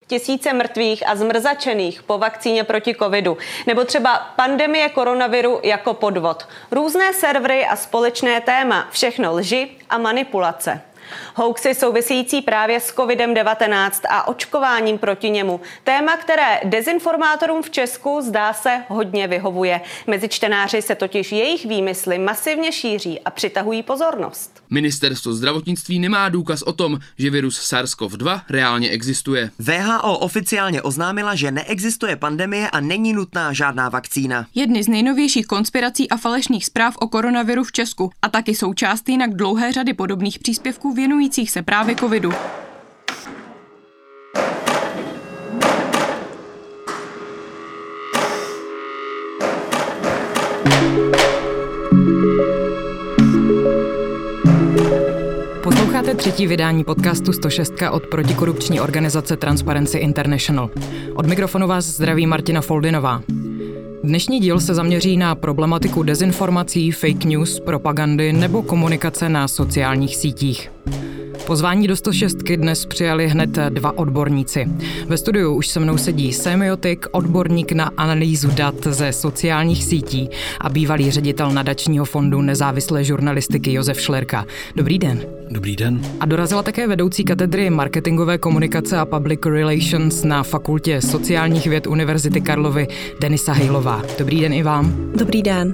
tisíce mrtvých a zmrzačených po vakcíně proti covidu, nebo třeba pandemie koronaviru jako podvod. Různé servery a společné téma, všechno lži a manipulace. Hoaxy související právě s covidem-19 a očkováním proti němu. Téma, které dezinformátorům v Česku zdá se hodně vyhovuje. Mezi čtenáři se totiž jejich výmysly masivně šíří a přitahují pozornost. Ministerstvo zdravotnictví nemá důkaz o tom, že virus SARS-CoV-2 reálně existuje. WHO oficiálně oznámila, že neexistuje pandemie a není nutná žádná vakcína. Jedny z nejnovějších konspirací a falešných zpráv o koronaviru v Česku a taky součást jinak dlouhé řady podobných příspěvků věnujících se právě covidu. Posloucháte třetí vydání podcastu 106 od protikorupční organizace Transparency International. Od mikrofonu vás zdraví Martina Foldinová. Dnešní díl se zaměří na problematiku dezinformací, fake news, propagandy nebo komunikace na sociálních sítích. Pozvání do 106 dnes přijali hned dva odborníci. Ve studiu už se mnou sedí semiotik, odborník na analýzu dat ze sociálních sítí a bývalý ředitel nadačního fondu nezávislé žurnalistiky Josef Šlerka. Dobrý den. Dobrý den. A dorazila také vedoucí katedry marketingové komunikace a public relations na Fakultě sociálních věd Univerzity Karlovy Denisa Hejlová. Dobrý den i vám. Dobrý den.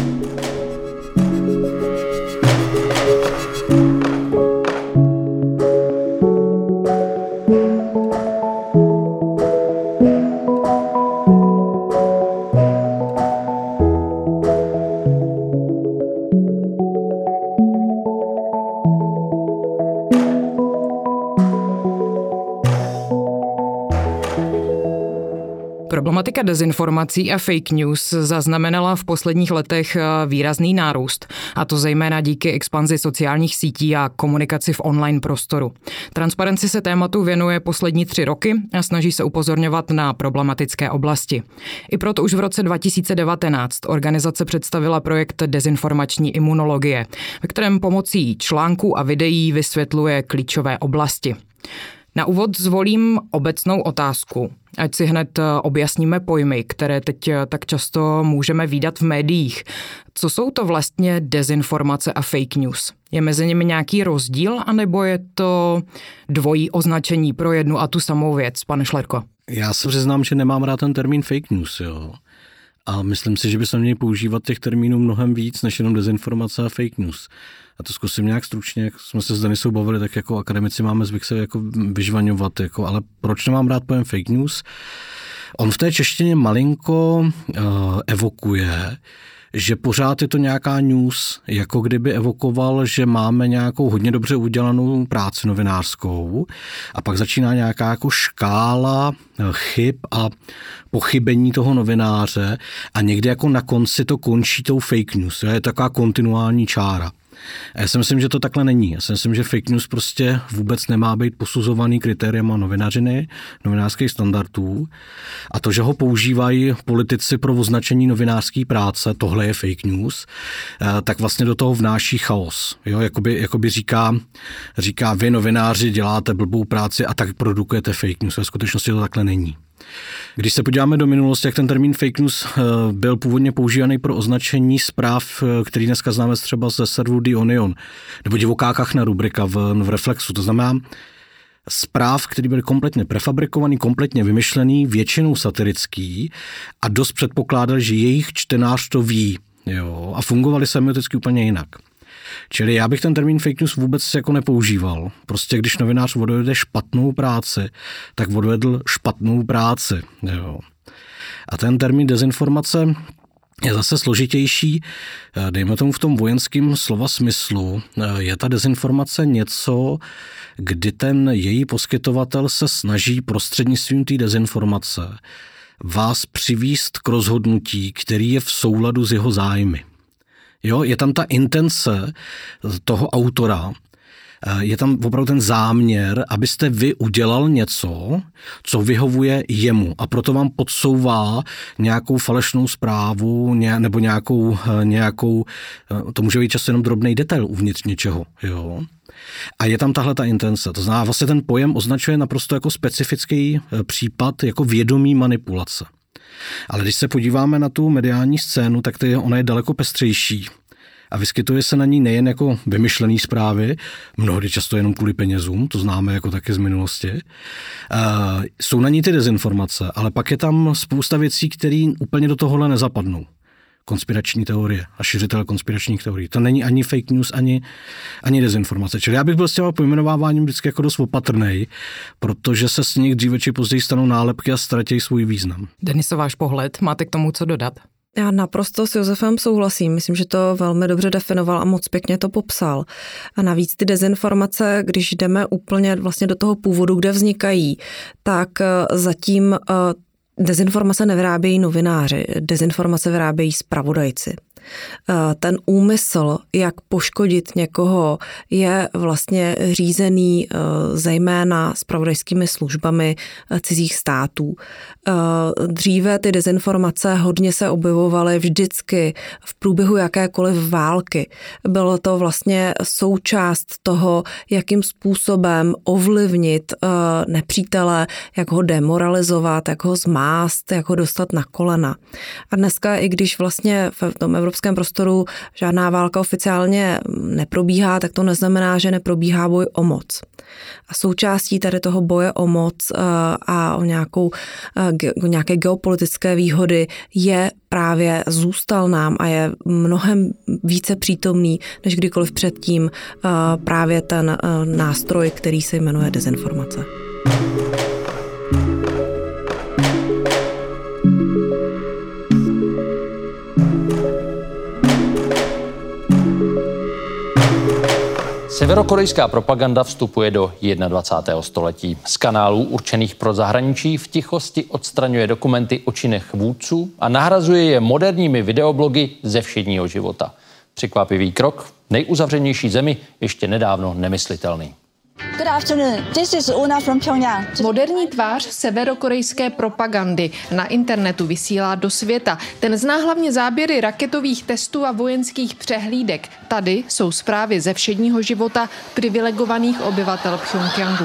Problematika dezinformací a fake news zaznamenala v posledních letech výrazný nárůst, a to zejména díky expanzi sociálních sítí a komunikaci v online prostoru. Transparency se tématu věnuje poslední 3 roky a snaží se upozorňovat na problematické oblasti. I proto už v roce 2019 organizace představila projekt Dezinformační imunologie, ve kterém pomocí článků a videí vysvětluje klíčové oblasti. Na úvod zvolím obecnou otázku, ať si hned objasníme pojmy, které teď tak často můžeme vídat v médiích. Co jsou to vlastně dezinformace a fake news? Je mezi nimi nějaký rozdíl, anebo je to dvojí označení pro jednu a tu samou věc, pane Šlerko? Já se přiznám, že nemám rád ten termín fake news, jo. A myslím si, že by se měli používat těch termínů mnohem víc, než jenom dezinformace a fake news. A to zkusím nějak stručně, jak jsme se s Denisou bavili, tak jako akademici máme zvyk se jako vyžvaňovat, jako, ale proč nemám rád pojem fake news? On v té češtině malinko evokuje, že pořád je to nějaká news, jako kdyby evokoval, že máme nějakou hodně dobře udělanou práci novinářskou a pak začíná nějaká jako škála chyb a pochybení toho novináře a někde jako na konci to končí tou fake news. Je taková kontinuální čára. A já si myslím, že to takhle není. Já si myslím, že fake news prostě vůbec nemá být posuzovaný kritériama novinařiny, novinářských standardů. A to, že ho používají politici pro označení novinářské práce, tohle je fake news, tak vlastně do toho vnáší chaos. Jo? Jakoby říká, vy novináři děláte blbou práci a tak produkujete fake news. Ve skutečnosti to takhle není. Když se podíváme do minulosti, jak ten termín fake news byl původně používaný pro označení zpráv, který dneska známe třeba ze serveru The Onion, nebo Divoká kachna rubrika v Reflexu, to znamená zpráv, které byly kompletně prefabrikovaný, kompletně vymyšlený, většinou satirický a dost předpokládali, že jejich čtenář to ví, jo, a fungovaly semioticky úplně jinak. Čili já bych ten termín fake news vůbec jako nepoužíval. Prostě když novinář odvede špatnou práci, tak odvedl špatnou práci. Jo. A ten termín dezinformace je zase složitější. Dejme tomu v tom vojenském slova smyslu. Je ta dezinformace něco, kdy ten její poskytovatel se snaží prostřednictvím té dezinformace vás přivést k rozhodnutí, který je v souladu s jeho zájmy. Jo, je tam ta intence toho autora Je tam opravdu ten záměr, abyste vy udělal něco, co vyhovuje jemu a proto vám podsouvá nějakou falešnou zprávu nebo nějakou, to může být často jenom drobný detail uvnitř něčeho, jo. A je tam tahle ta intence. To znamená, vlastně ten pojem označuje naprosto jako specifický případ jako vědomí manipulace. Ale když se podíváme na tu mediální scénu, tak ona je daleko pestřejší. A vyskytuje se na ní nejen jako vymyšlený zprávy, mnohdy často jenom kvůli penězům, to známe jako taky z minulosti. Jsou na ní ty dezinformace, ale pak je tam spousta věcí, které úplně do tohohle nezapadnou. Konspirační teorie a šiřitel konspiračních teorií. To není ani fake news, ani dezinformace. Čili já bych byl s těma pojmenováváním vždycky jako dost opatrnej, protože se z nich dříve či později stanou nálepky a ztratí svůj význam. Deniso, váš pohled, máte k tomu co dodat? Já naprosto s Josefem souhlasím. Myslím, že to velmi dobře definoval a moc pěkně to popsal. A navíc ty dezinformace, když jdeme úplně vlastně do toho původu, kde vznikají, tak zatím dezinformace nevyrábějí novináři, dezinformace vyrábějí zpravodajci. Ten úmysl, jak poškodit někoho, je vlastně řízený zejména zpravodajskými službami cizích států. Dříve ty dezinformace hodně se objevovaly vždycky v průběhu jakékoliv války. Bylo to vlastně součást toho, jakým způsobem ovlivnit nepřítele, jak ho demoralizovat, jak ho zmást, jak ho dostat na kolena. A dneska, i když vlastně v tom evropském prostoru žádná válka oficiálně neprobíhá, tak to neznamená, že neprobíhá boj o moc. A součástí tady toho boje o moc a o nějaké geopolitické výhody je právě zůstal nám a je mnohem více přítomný, než kdykoliv předtím právě ten nástroj, který se jmenuje dezinformace. Severokorejská propaganda vstupuje do 21. století. Z kanálů určených pro zahraničí v tichosti odstraňuje dokumenty o činech vůdců a nahrazuje je moderními videoblogy ze všedního života. Překvapivý krok v nejuzavřenější zemi ještě nedávno nemyslitelný. Good afternoon. This is Una from Pyongyang. Moderní tvář severokorejské propagandy na internetu vysílá do světa. Ten zná hlavně záběry raketových testů a vojenských přehlídek. Tady jsou zprávy ze všedního života privilegovaných obyvatel Pchjongjangu.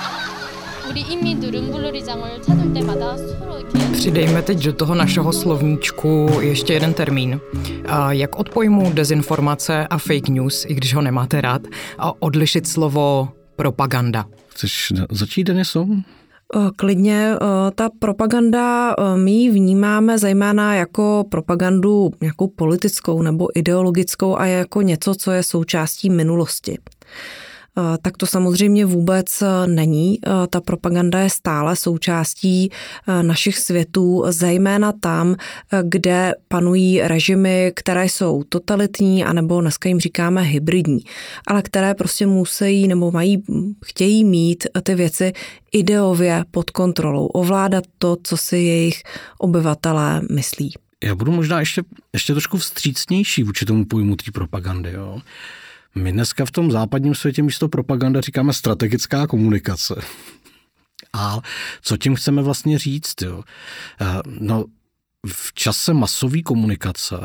Přidejme teď do toho našeho slovníčku ještě jeden termín. Jak od pojmu dezinformace a fake news, i když ho nemáte rád, a odlišit slovo propaganda? Chceš začít, Deniso? Klidně. Ta propaganda, my ji vnímáme zejména jako propagandu nějakou politickou nebo ideologickou a jako něco, co je součástí minulosti. Tak to samozřejmě vůbec není. Ta propaganda je stále součástí našich světů, zejména tam, kde panují režimy, které jsou totalitní, anebo dneska jim říkáme hybridní, ale které prostě musí nebo chtějí mít ty věci ideově pod kontrolou, ovládat to, co si jejich obyvatelé myslí. Já budu možná ještě trošku vstřícnější vůči tomu pojmu té propagandy, jo. My dneska v tom západním světě místo propaganda říkáme strategická komunikace. A co tím chceme vlastně říct? Jo? No, v čase masové komunikace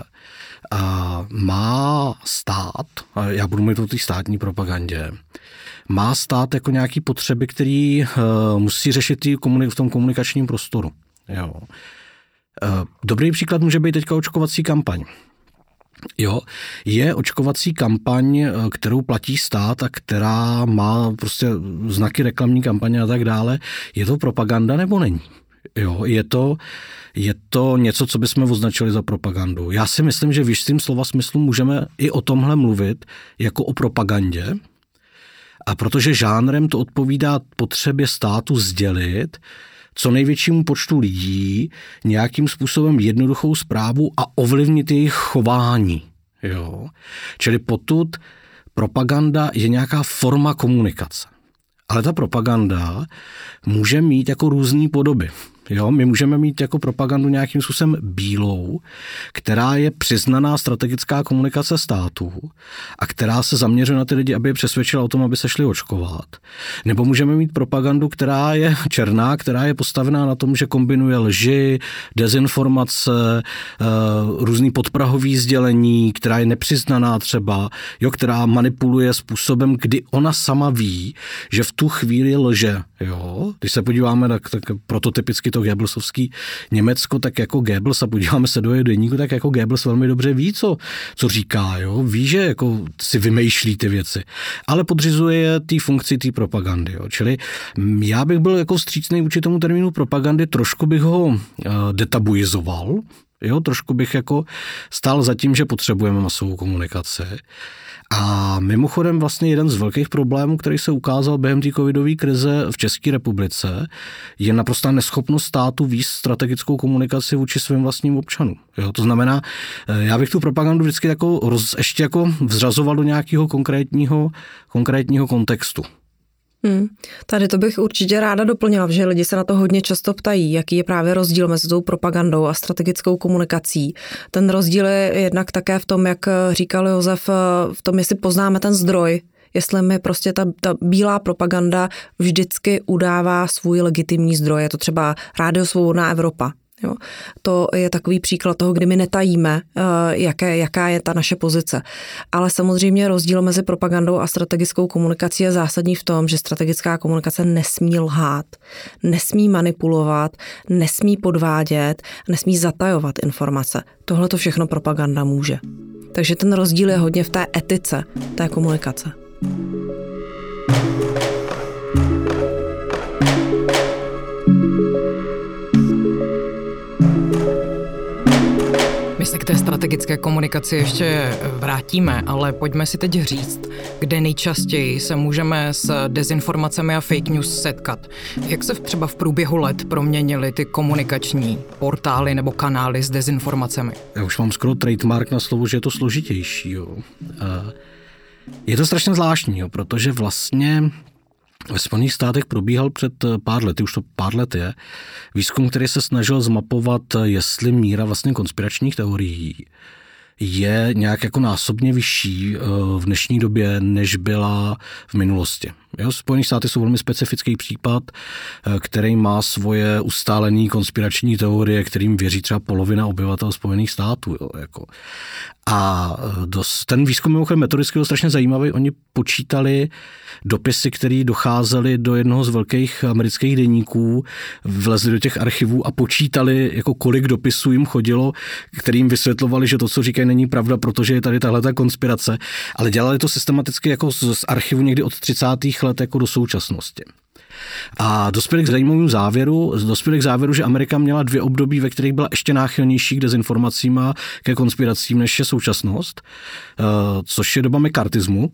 má stát, já budu mluvit o té státní propagandě, má stát jako nějaký potřeby, který musí řešit v tom komunikačním prostoru. Jo? Dobrý příklad může být teďka očkovací kampaň. Jo, je očkovací kampaň, kterou platí stát a která má prostě znaky reklamní kampaně a tak dále. Je to propaganda nebo není? Jo, je to něco, co bychom označili za propagandu. Já si myslím, že v jistým slova smyslu můžeme i o tomhle mluvit jako o propagandě. A protože žánrem to odpovídá potřebě státu sdělit co největšímu počtu lidí nějakým způsobem jednoduchou zprávu a ovlivnit jejich chování. Jo? Čili potud propaganda je nějaká forma komunikace. Ale ta propaganda může mít jako různé podoby. Jo, my můžeme mít jako propagandu nějakým způsobem bílou, která je přiznaná strategická komunikace států a která se zaměřuje na ty lidi, aby je přesvědčila o tom, aby se šli očkovat. Nebo můžeme mít propagandu, která je černá, která je postavená na tom, že kombinuje lži, dezinformace, různý podprahový sdělení, která je nepřiznaná třeba, jo, která manipuluje způsobem, kdy ona sama ví, že v tu chvíli lže. Jo? Když se podíváme na tak prototypicky to Goebbelsovský Německo, tak jako Goebbels, a podíváme se do jeho deníku, tak jako Goebbels velmi dobře ví, co říká. Jo? Ví, že jako si vymýšlí ty věci, ale podřizuje té funkci té propagandy. Jo? Čili já bych byl jako vstřícný vůči tomu termínu propagandy, trošku bych ho detabuizoval, jo? Trošku bych jako stál za tím, že potřebujeme masovou komunikaci. A mimochodem vlastně jeden z velkých problémů, který se ukázal během té covidové krize v České republice, je naprostá neschopnost státu vést strategickou komunikaci vůči svým vlastním občanům. Jo, to znamená, já bych tu propagandu vždycky jako ještě jako vzřazoval do nějakého konkrétního kontextu. Tady to bych určitě ráda doplnila, že lidi se na to hodně často ptají, jaký je právě rozdíl mezi tou propagandou a strategickou komunikací. Ten rozdíl je jednak také v tom, jak říkal Josef, v tom, jestli poznáme ten zdroj, jestli mi prostě ta bílá propaganda vždycky udává svůj legitimní zdroj. Je to třeba Rádio Svobodná Evropa. Jo. To je takový příklad toho, kdy my netajíme, jaká je ta naše pozice. Ale samozřejmě rozdíl mezi propagandou a strategickou komunikací je zásadní v tom, že strategická komunikace nesmí lhát, nesmí manipulovat, nesmí podvádět, nesmí zatajovat informace. Tohle to všechno propaganda může. Takže ten rozdíl je hodně v té etice té komunikace. My se k té strategické komunikaci ještě vrátíme, ale pojďme si teď říct, kde nejčastěji se můžeme s dezinformacemi a fake news setkat. Jak se třeba v průběhu let proměnily ty komunikační portály nebo kanály s dezinformacemi? Já už mám skoro trademark na slovo, že je to složitější. Jo. Je to strašně zvláštní, jo, protože vlastně ve Spojených státech probíhal před pár lety, už to pár let je, výzkum, který se snažil zmapovat, jestli míra vlastně konspiračních teorií je nějak jako násobně vyšší v dnešní době, než byla v minulosti. Jo, Spojené státy jsou velmi specifický případ, který má svoje ustálené konspirační teorie, kterým věří třeba polovina obyvatel Spojených států. Jo, jako. A ten výzkum mimochodem metodicky byl strašně zajímavý. Oni počítali dopisy, které docházely do jednoho z velkých amerických deníků, vlezli do těch archivů a počítali, jako kolik dopisů jim chodilo, kterým vysvětlovali, že to, co říkají, není pravda, protože je tady tahleta konspirace, ale dělali to systematicky jako z archivu někdy od 30. let jako do současnosti. A dospěli k zajímavému závěru, že Amerika měla 2 období, ve kterých byla ještě náchylnější k dezinformacím a ke konspiracím, než je současnost, což je doba mekartismu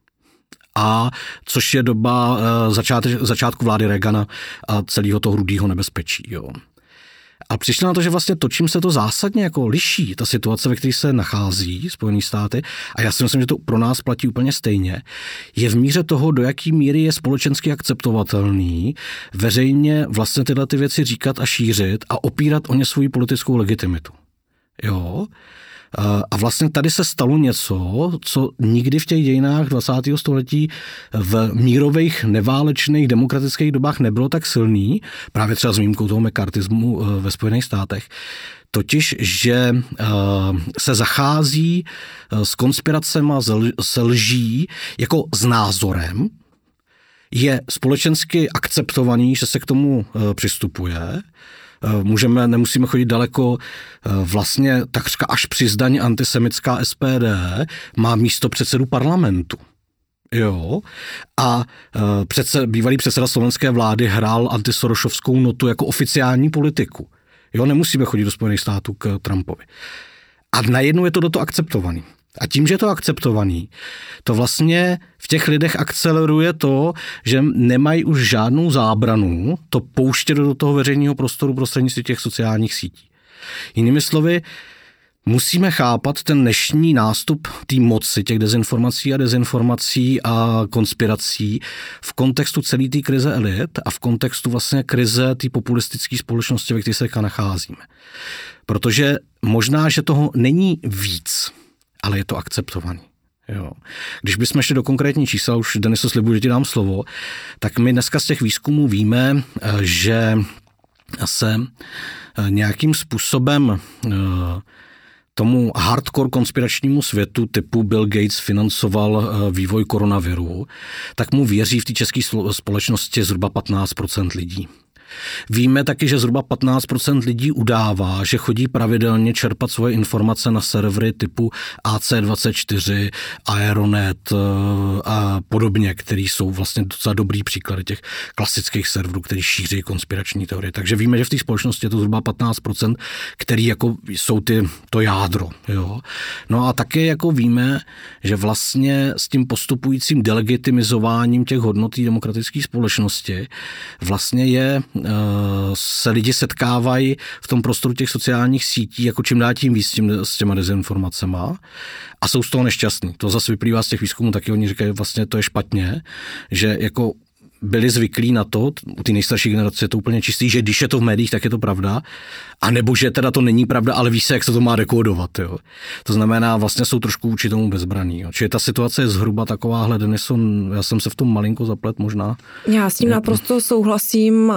a což je doba začátku vlády Reagana a celého toho rudého nebezpečí. Jo. A přišli na to, že vlastně to, čím se to zásadně jako liší, ta situace, ve které se nachází Spojené státy, a já si myslím, že to pro nás platí úplně stejně, je v míře toho, do jaký míry je společensky akceptovatelný veřejně vlastně tyhle ty věci říkat a šířit a opírat o ně svou politickou legitimitu. Jo? A vlastně tady se stalo něco, co nikdy v těch dějinách 20. století v mírových, neválečných, demokratických dobách nebylo tak silný, právě třeba s výjimkou toho mekartismu ve Spojených státech, totiž, že se zachází s konspiracemi, se lží jako s názorem, je společensky akceptovaný, že se k tomu přistupuje, nemusíme chodit daleko, vlastně takřka až při zdaní antisemitská SPD má místo předsedu parlamentu. Jo. A bývalý předseda slovenské vlády hrál antisorošovskou notu jako oficiální politiku. Jo, nemusíme chodit do Spojených států k Trumpovi. A najednou je to do toho akceptovaný. A tím, že je to akceptovaný, to vlastně v těch lidech akceleruje to, že nemají už žádnou zábranu to pouštět do toho veřejného prostoru prostřednictvím těch sociálních sítí. Jinými slovy, Musíme chápat ten dnešní nástup té moci, těch dezinformací a konspirací v kontextu celé té krize elit a v kontextu vlastně krize té populistické společnosti, ve které se nacházíme. Protože možná, že toho není víc, ale je to akceptovaný. Jo. Když bychom šli do konkrétní čísla, už Deniso slibuji, že ti dám slovo, tak my dneska z těch výzkumů víme, že se nějakým způsobem tomu hardcore konspiračnímu světu typu Bill Gates financoval vývoj koronaviru, tak mu věří v té české společnosti zhruba 15% lidí. Víme taky, že zhruba 15% lidí udává, že chodí pravidelně čerpat svoje informace na servery typu AC24, Aeronet a podobně, který jsou vlastně docela dobrý příklady těch klasických serverů, který šíří konspirační teorie. Takže víme, že v té společnosti je to zhruba 15%, který jako jsou to jádro. Jo. No a taky jako víme, že vlastně s tím postupujícím delegitimizováním těch hodnot demokratické společnosti vlastně se lidi setkávají v tom prostoru těch sociálních sítí jako čím dál tím víc s těma dezinformacema a jsou z toho nešťastní. To zase vyplývá z těch výzkumů, taky oni říkají, vlastně to je špatně, že jako byli zvyklí na to, u té nejstarší generace je to úplně čistý, že když je to v médiích, tak je to pravda, a nebo že teda to není pravda, ale ví se, jak se to má dekódovat. Jo. To znamená, vlastně jsou trošku vůči tomu bezbraní. Jo. Čili ta situace je zhruba takováhle, Denison, já jsem se v tom malinko zaplet možná. Já s tím naprosto souhlasím,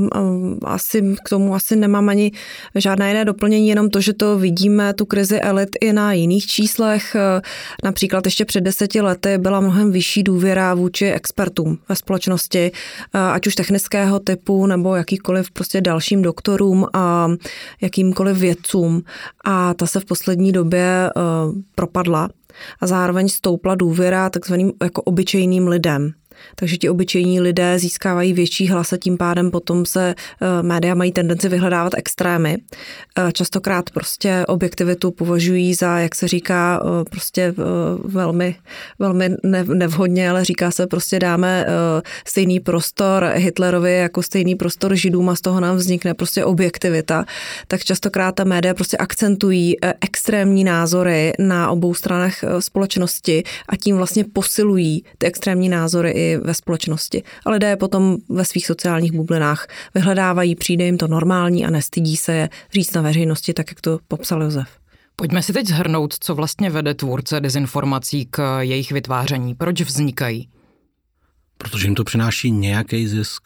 asi k tomu asi nemám ani žádné jiné doplnění, jenom to, že to vidíme, tu krizi elit i na jiných číslech. Například ještě před 10 lety byla mnohem vyšší důvěra vůči expertům ve společnosti, ať už technického typu nebo jakýkoliv prostě dalším doktorům a jakýmkoliv vědcům. A ta se v poslední době propadla a zároveň stoupla důvěra takzvaným jako obyčejným lidem. Takže ti obyčejní lidé získávají větší hlas a tím pádem potom se média mají tendenci vyhledávat extrémy. Častokrát prostě objektivitu považují za, jak se říká, prostě velmi, velmi nevhodně, ale říká se prostě dáme stejný prostor Hitlerovi jako stejný prostor Židům a z toho nám vznikne prostě objektivita. Tak častokrát ta média prostě akcentují extrémní názory na obou stranách společnosti a tím vlastně posilují ty extrémní názory i ve společnosti. A lidé je potom ve svých sociálních bublinách vyhledávají, přijde jim to normální a nestydí se je říct na veřejnosti, tak jak to popsal Josef. Pojďme si teď shrnout, co vlastně vede tvůrce dezinformací k jejich vytváření. Proč vznikají? Protože jim to přináší nějaký zisk.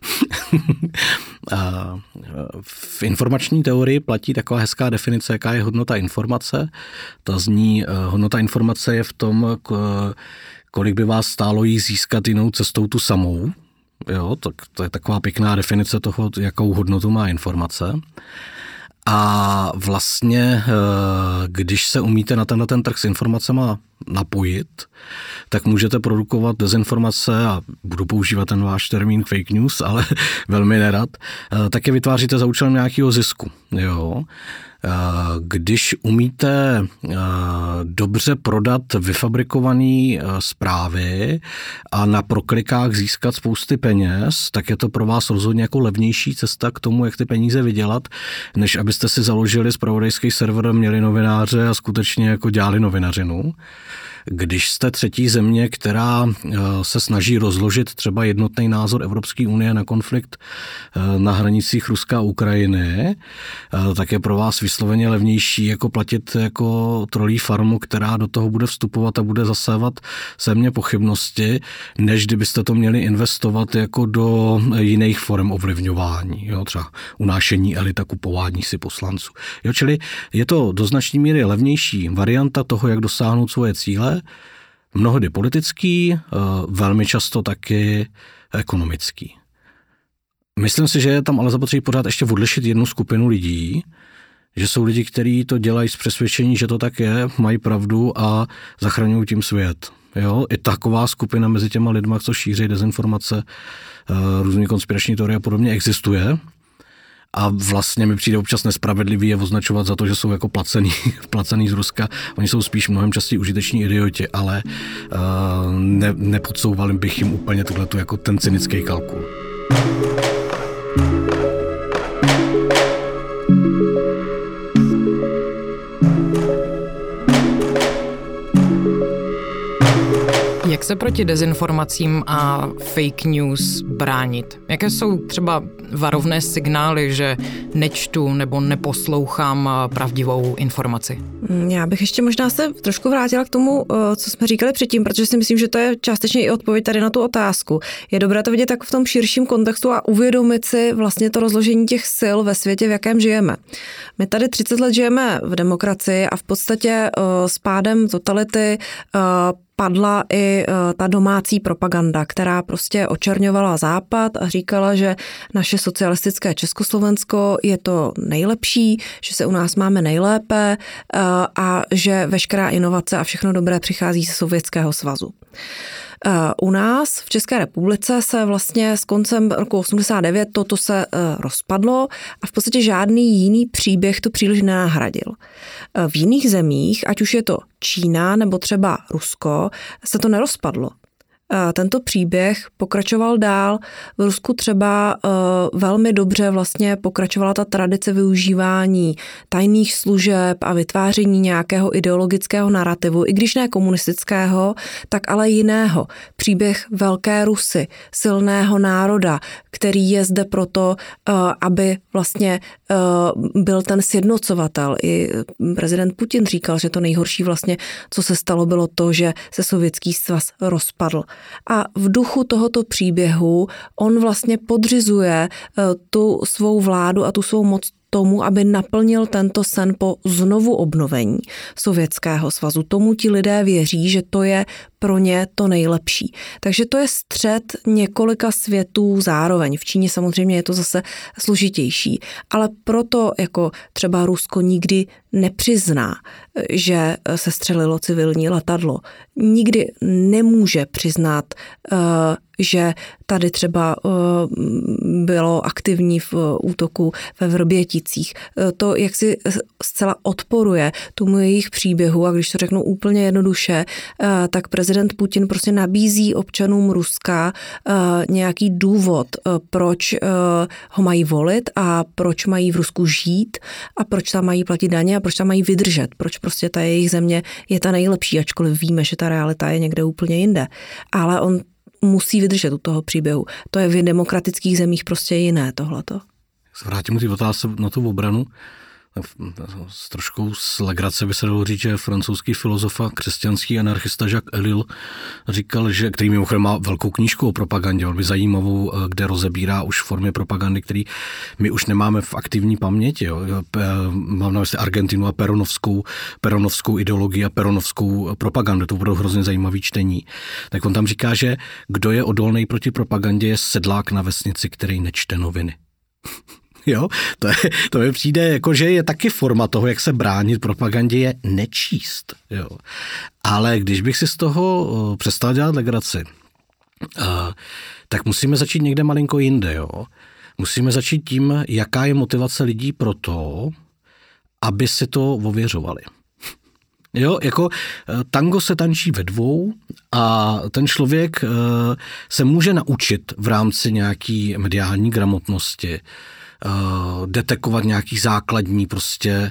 V informační teorii platí taková hezká definice, jaká je hodnota informace. Ta zní, hodnota informace je v tom, kolik by vás stálo jí získat jinou cestou tu samou. Jo, tak to je taková pěkná definice toho, jakou hodnotu má informace. A vlastně, když se umíte na ten trh s informacemi napojit, tak můžete produkovat dezinformace, a budu používat ten váš termín fake news, ale velmi nerad, tak je vytváříte za účelem nějakého zisku. Jo. Když umíte dobře prodat vyfabrikované zprávy a na proklikách získat spousty peněz, tak je to pro vás rozhodně jako levnější cesta k tomu, jak ty peníze vydělat, než abyste si založili zpravodajský server, měli novináře a skutečně jako dělali novinařinu. Když jste třetí země, která se snaží rozložit třeba jednotný názor Evropské unie na konflikt na hranicích Ruska a Ukrajiny, tak je pro vás vysloveně levnější jako platit jako trolí farmu, která do toho bude vstupovat a bude zasévat země pochybnosti, než kdybyste to měli investovat jako do jiných forem ovlivňování, jo, třeba unášení elit a kupování si poslanců. Jo, čili je to do značné míry levnější varianta toho, jak dosáhnout svoje cíle, mnohdy politický, velmi často taky ekonomický. Myslím si, že je tam ale zapotřebí pořád ještě odlišit jednu skupinu lidí, že jsou lidi, kteří to dělají z přesvědčení, že to tak je, mají pravdu a zachraňují tím svět. Jo? I taková skupina mezi těma lidma, co šíří dezinformace, různé konspirační teorie a podobně, existuje. A vlastně mi přijde občas nespravedlivý je označovat za to, že jsou jako placený z Ruska. Oni jsou spíš mnohem častěji užiteční idioti, ale nepodsouvali bych jim úplně tuhletu jako ten cynický kalkul. se proti dezinformacím a fake news bránit? Jaké jsou třeba varovné signály, že nečtu nebo neposlouchám pravdivou informaci? Já bych ještě možná se trošku vrátila k tomu, co jsme říkali předtím, protože si myslím, že to je částečně i odpověď tady na tu otázku. Je dobré to vidět tak v tom širším kontextu a uvědomit si vlastně to rozložení těch sil ve světě, v jakém žijeme. My tady 30 let žijeme v demokracii a v podstatě s pádem totality padla i ta domácí propaganda, která prostě očerňovala Západ a říkala, že naše socialistické Československo je to nejlepší, že se u nás máme nejlépe a že veškerá inovace a všechno dobré přichází ze Sovětského svazu. U nás v České republice se vlastně s koncem roku 89 toto se rozpadlo a v podstatě žádný jiný příběh to příliš nenahradil. V jiných zemích, ať už je to Čína nebo třeba Rusko, se to nerozpadlo. Tento příběh pokračoval dál. V Rusku třeba velmi dobře vlastně pokračovala ta tradice využívání tajných služeb a vytváření nějakého ideologického narrativu, i když ne komunistického, tak ale jiného. Příběh velké Rusy, silného národa, který je zde proto, aby vlastně byl ten sjednocovatel. I prezident Putin říkal, že to nejhorší vlastně, co se stalo, bylo to, že se Sovětský svaz rozpadl. A v duchu tohoto příběhu on vlastně podřizuje tu svou vládu a tu svou moc tomu, aby naplnil tento sen po znovu obnovení Sovětského svazu. Tomu ti lidé věří, že to je pro ně to nejlepší. Takže to je střet několika světů zároveň. V Číně samozřejmě je to zase složitější, ale proto jako třeba Rusko nikdy nepřizná, že se střelilo civilní letadlo. Nikdy nemůže přiznat, že tady třeba bylo aktivní v útoku ve Vrběticích. To jaksi zcela odporuje tomu jejich příběhu a když to řeknu úplně jednoduše, tak prezident Putin prostě nabízí občanům Ruska nějaký důvod, proč ho mají volit a proč mají v Rusku žít a proč tam mají platit daně a proč tam mají vydržet, proč prostě ta jejich země je ta nejlepší, ačkoliv víme, že ta realita je někde úplně jinde. Ale on musí vydržet u toho příběhu. To je v demokratických zemích prostě jiné tohleto. Vrátím ty otázky na tu obranu. S troškou z legrace by se dalo říct, že francouzský filozof a křesťanský anarchista Jacques Ellul říkal, že, který mimochodem má velkou knížku o propagandě, velmi zajímavou, kde rozebírá už formy propagandy, který my už nemáme v aktivní paměti. Jo. Mám na mysli Argentinu a peronovskou ideologii a peronovskou propagandu. To budou hrozně zajímavý čtení. Tak on tam říká, že kdo je odolný proti propagandě, je sedlák na vesnici, který nečte noviny. Jo, to mi přijde jako, že je taky forma toho, jak se bránit propagandě, je nečíst. Jo. Ale když bych si z toho přestal dělat legraci, tak musíme začít někde malinko jinde. Jo. Musíme začít tím, jaká je motivace lidí pro to, aby si to ověřovali. Jo, jako tango se tančí ve dvou a ten člověk se může naučit v rámci nějaký mediální gramotnosti detekovat nějaký základní prostě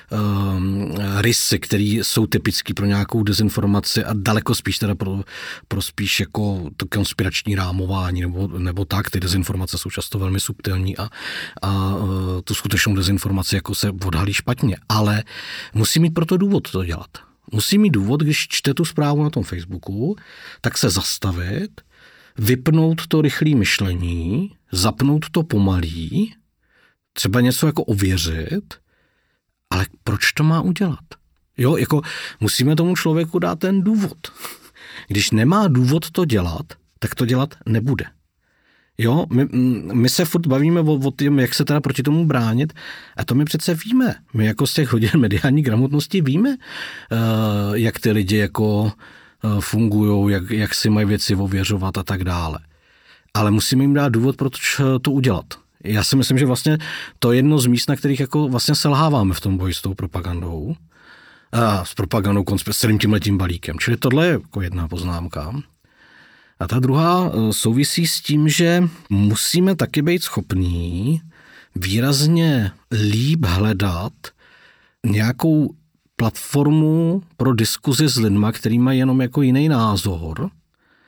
rysy, které jsou typické pro nějakou dezinformaci a daleko spíš teda pro spíš jako to konspirační rámování nebo tak. Ty dezinformace jsou často velmi subtilní a tu skutečnou dezinformaci jako se odhalí špatně, ale musí mít proto důvod to dělat. Musí mít důvod, když čte tu zprávu na tom Facebooku, tak se zastavit, vypnout to rychlé myšlení, zapnout to pomalý, třeba něco jako ověřit, ale proč to má udělat? Jo, jako musíme tomu člověku dát ten důvod. Když nemá důvod to dělat, tak to dělat nebude. Jo, my se furt bavíme o tom, jak se teda proti tomu bránit a to my přece víme. My jako z těch hodin mediální gramotnosti víme, jak ty lidi jako fungujou, jak si mají věci ověřovat a tak dále. Ale musíme jim dát důvod, proč to udělat. Já si myslím, že vlastně to je jedno z míst, na kterých jako vlastně selháváme v tom boji s tou propagandou. S propagandou s celým tímhletím balíkem. Čili tohle je jako jedna poznámka. A ta druhá souvisí s tím, že musíme taky být schopní výrazně líp hledat nějakou platformu pro diskuzi s lidma, který mají jenom jako jiný názor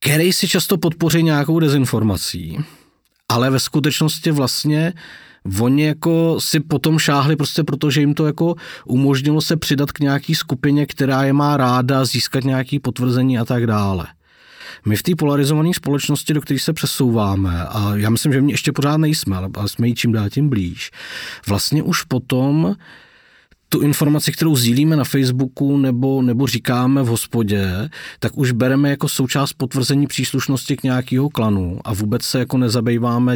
který si často podpoří nějakou dezinformací, ale ve skutečnosti vlastně oni jako si potom šáhli prostě protože jim to jako umožnilo se přidat k nějaký skupině, která je má ráda, získat nějaké potvrzení a tak dále. My v té polarizované společnosti, do které se přesouváme, a já myslím, že v ní ještě pořád nejsme, ale jsme jí čím dál tím blíž, vlastně už potom tu informaci, kterou sdílíme na Facebooku nebo říkáme v hospodě, tak už bereme jako součást potvrzení příslušnosti k nějakého klanu a vůbec se jako nezabýváme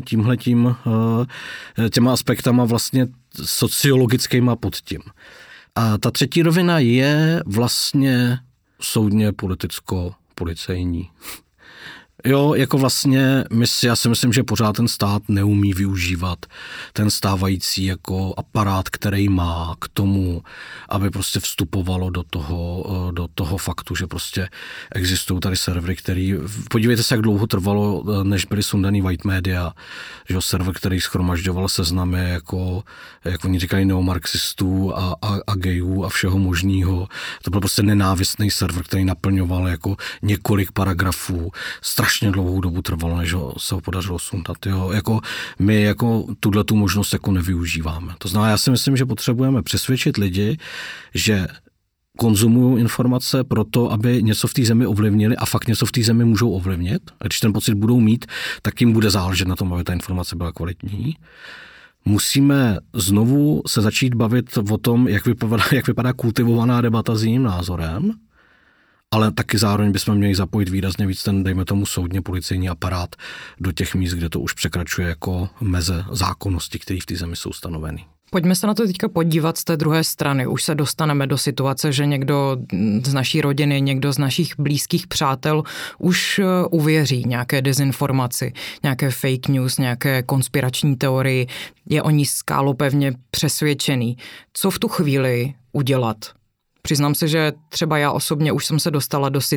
těma aspektama vlastně sociologickýma pod tím. A ta třetí rovina je vlastně soudně politicko-policejní. Jo, jako vlastně já si myslím, že pořád ten stát neumí využívat ten stávající jako aparát, který má k tomu, aby prostě vstupovalo do toho faktu, že prostě existují tady servery, který, podívejte se, jak dlouho trvalo, než byly sundaný white media, že server, který shromažďoval seznamy jako oni říkají neomarxistů a gayů a všeho možného. To byl prostě nenávistný server, který naplňoval jako několik paragrafů, strašně dlouhou dobu trvalo, než se ho podařilo sundat. Jo. Jako my jako tu možnost jako nevyužíváme. To znamená, já si myslím, že potřebujeme přesvědčit lidi, že konzumují informace proto, aby něco v té zemi ovlivnili a fakt něco v té zemi můžou ovlivnit. A když ten pocit budou mít, tak jim bude záležet na tom, aby ta informace byla kvalitní. Musíme znovu se začít bavit o tom, jak vypadá kultivovaná debata s jiným názorem, ale taky zároveň bychom měli zapojit výrazně víc ten, dejme tomu, soudně policejní aparát do těch míst, kde to už překračuje jako meze zákonnosti, které v té zemi jsou stanoveny. Pojďme se na to teďka podívat z té druhé strany. Už se dostaneme do situace, že někdo z naší rodiny, někdo z našich blízkých přátel už uvěří nějaké dezinformaci, nějaké fake news, nějaké konspirační teorii, je o ní skálopevně přesvědčený. Co v tu chvíli udělat? Přiznám se, že třeba já osobně už jsem se dostala do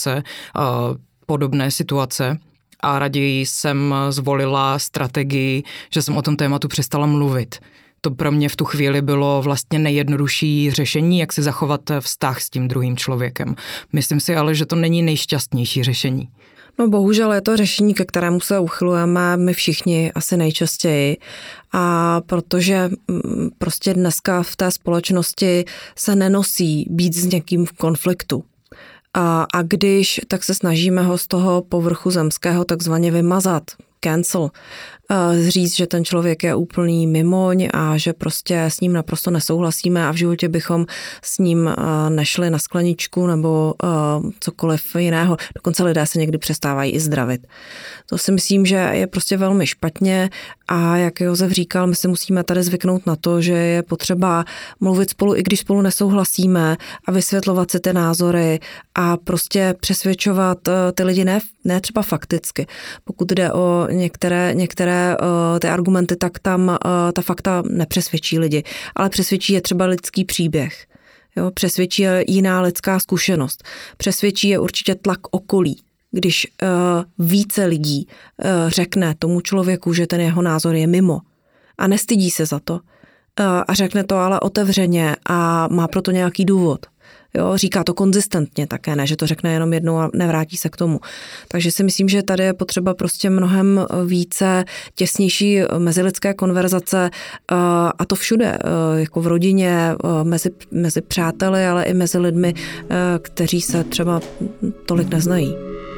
podobné situace a raději jsem zvolila strategii, že jsem o tom tématu přestala mluvit. To pro mě v tu chvíli bylo vlastně nejjednodušší řešení, jak si zachovat vztah s tím druhým člověkem. Myslím si ale, že to není nejšťastnější řešení. No bohužel je to řešení, ke kterému se uchylujeme my všichni asi nejčastěji. A protože prostě dneska v té společnosti se nenosí být s někým v konfliktu. A když, tak se snažíme ho z toho povrchu zemského takzvaně vymazat, cancel, říct, že ten člověk je úplný mimoň a že prostě s ním naprosto nesouhlasíme a v životě bychom s ním nešli na skleničku nebo cokoliv jiného. Dokonce lidé se někdy přestávají i zdravit. To si myslím, že je prostě velmi špatně a jak Josef říkal, my si musíme tady zvyknout na to, že je potřeba mluvit spolu, i když spolu nesouhlasíme a vysvětlovat si ty názory a prostě přesvědčovat ty lidi ne třeba fakticky. Pokud jde o některé ty argumenty, tak tam ta fakta nepřesvědčí lidi, ale přesvědčí je třeba lidský příběh. Jo? Přesvědčí je jiná lidská zkušenost. Přesvědčí je určitě tlak okolí. Když více lidí řekne tomu člověku, že ten jeho názor je mimo a nestydí se za to a řekne to ale otevřeně a má proto nějaký důvod. Jo, říká to konzistentně také, ne, že to řekne jenom jednou a nevrátí se k tomu. Takže si myslím, že tady je potřeba prostě mnohem více těsnější mezilidské konverzace a to všude, jako v rodině, mezi přáteli, ale i mezi lidmi, kteří se třeba tolik neznají.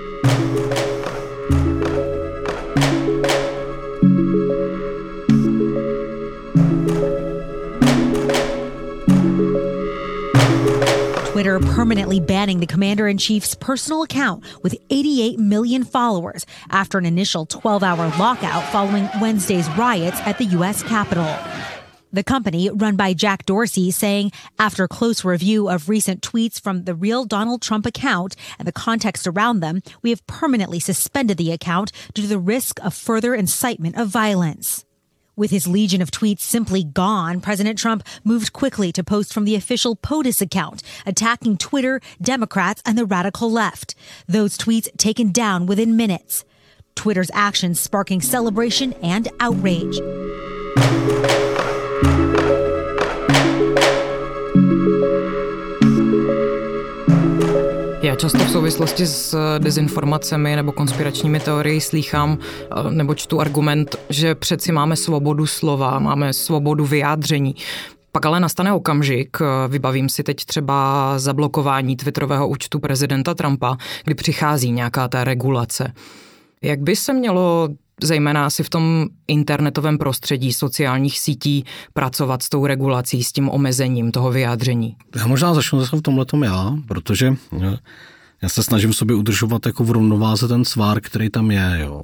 Twitter permanently banning the commander-in-chief's personal account with 88 million followers after an initial 12-hour lockout following Wednesday's riots at the U.S. Capitol. The company, run by Jack Dorsey, saying after close review of recent tweets from the real Donald Trump account and the context around them, we have permanently suspended the account due to the risk of further incitement of violence. With his legion of tweets simply gone, President Trump moved quickly to post from the official POTUS account, attacking Twitter, Democrats, and the radical left. Those tweets taken down within minutes. Twitter's actions sparking celebration and outrage. Já často v souvislosti s dezinformacemi nebo konspiračními teorií slýchám nebo čtu argument, že přeci máme svobodu slova, máme svobodu vyjádření. Pak ale nastane okamžik, vybavím si teď třeba zablokování twitterového účtu prezidenta Trumpa, kdy přichází nějaká ta regulace. Jak by se mělo zejména asi v tom internetovém prostředí sociálních sítí pracovat s tou regulací, s tím omezením toho vyjádření? Já možná začnu zase v tomhletom protože já se snažím sobě udržovat jako v rovnováze ten svár, který tam je. Jo.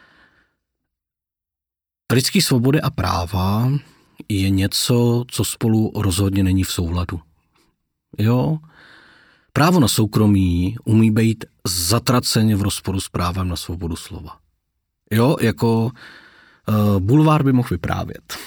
Lidské svobody a práva je něco, co spolu rozhodně není v souladu. Jo? Právo na soukromí umí být zatraceně v rozporu s právem na svobodu slova. Jo, jako bulvár by mohl vyprávět.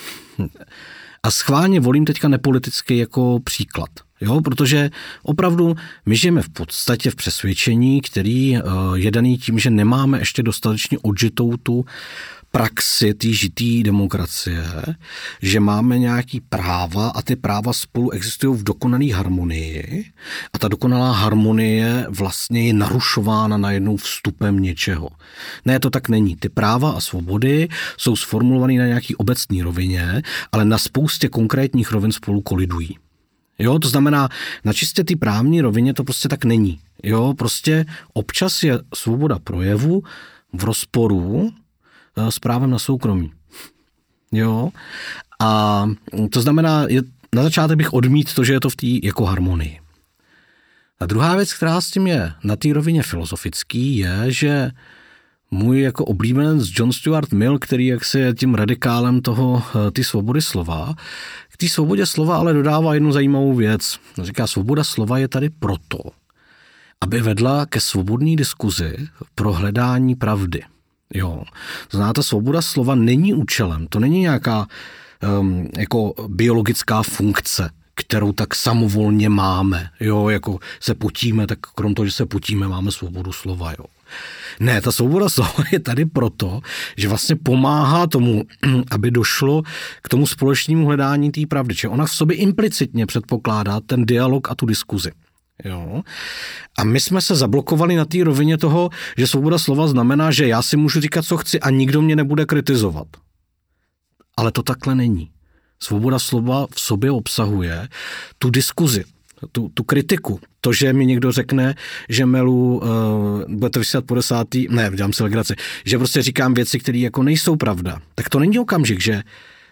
A schválně volím teďka nepoliticky jako příklad. Jo, protože opravdu my žijeme v podstatě v přesvědčení, který je daný tím, že nemáme ještě dostatečně odžitou tu praxi té žitý demokracie, že máme nějaký práva a ty práva spolu existují v dokonalé harmonii a ta dokonalá harmonie vlastně je narušována najednou vstupem něčeho. Ne, to tak není. Ty práva a svobody jsou sformulované na nějaký obecný rovině, ale na spoustě konkrétních rovin spolu kolidují. Jo, to znamená, na čistě té právní rovině to prostě tak není. Jo, prostě občas je svoboda projevu v rozporu s právem na soukromí. Jo, a to znamená, na začátek bych odmítl to, že je to v té jako harmonii. A druhá věc, která s tím je na té rovině filozofický, je, že můj jako oblíbenec John Stuart Mill, který jaksi je tím radikálem ty svobody slova, k té svobodě slova ale dodává jednu zajímavou věc. Říká, svoboda slova je tady proto, aby vedla ke svobodné diskuzi pro hledání pravdy. Jo. To znamená, ta svoboda slova není účelem, to není nějaká jako biologická funkce, kterou tak samovolně máme. Jo, jako se potíme, tak krom toho, že se potíme, máme svobodu slova. Jo. Ne, ta svoboda slova je tady proto, že vlastně pomáhá tomu, aby došlo k tomu společnému hledání té pravdy. Čiže ona v sobě implicitně předpokládá ten dialog a tu diskuzi. Jo. A my jsme se zablokovali na té rovině toho, že svoboda slova znamená, že já si můžu říkat, co chci a nikdo mě nebude kritizovat. Ale to takhle není. Svoboda slova v sobě obsahuje tu diskuzi, tu kritiku. To, že mi někdo řekne, že melu, budete vysílat po 10. Ne, dělám si legraci, že prostě říkám věci, které jako nejsou pravda. Tak to není okamžik, že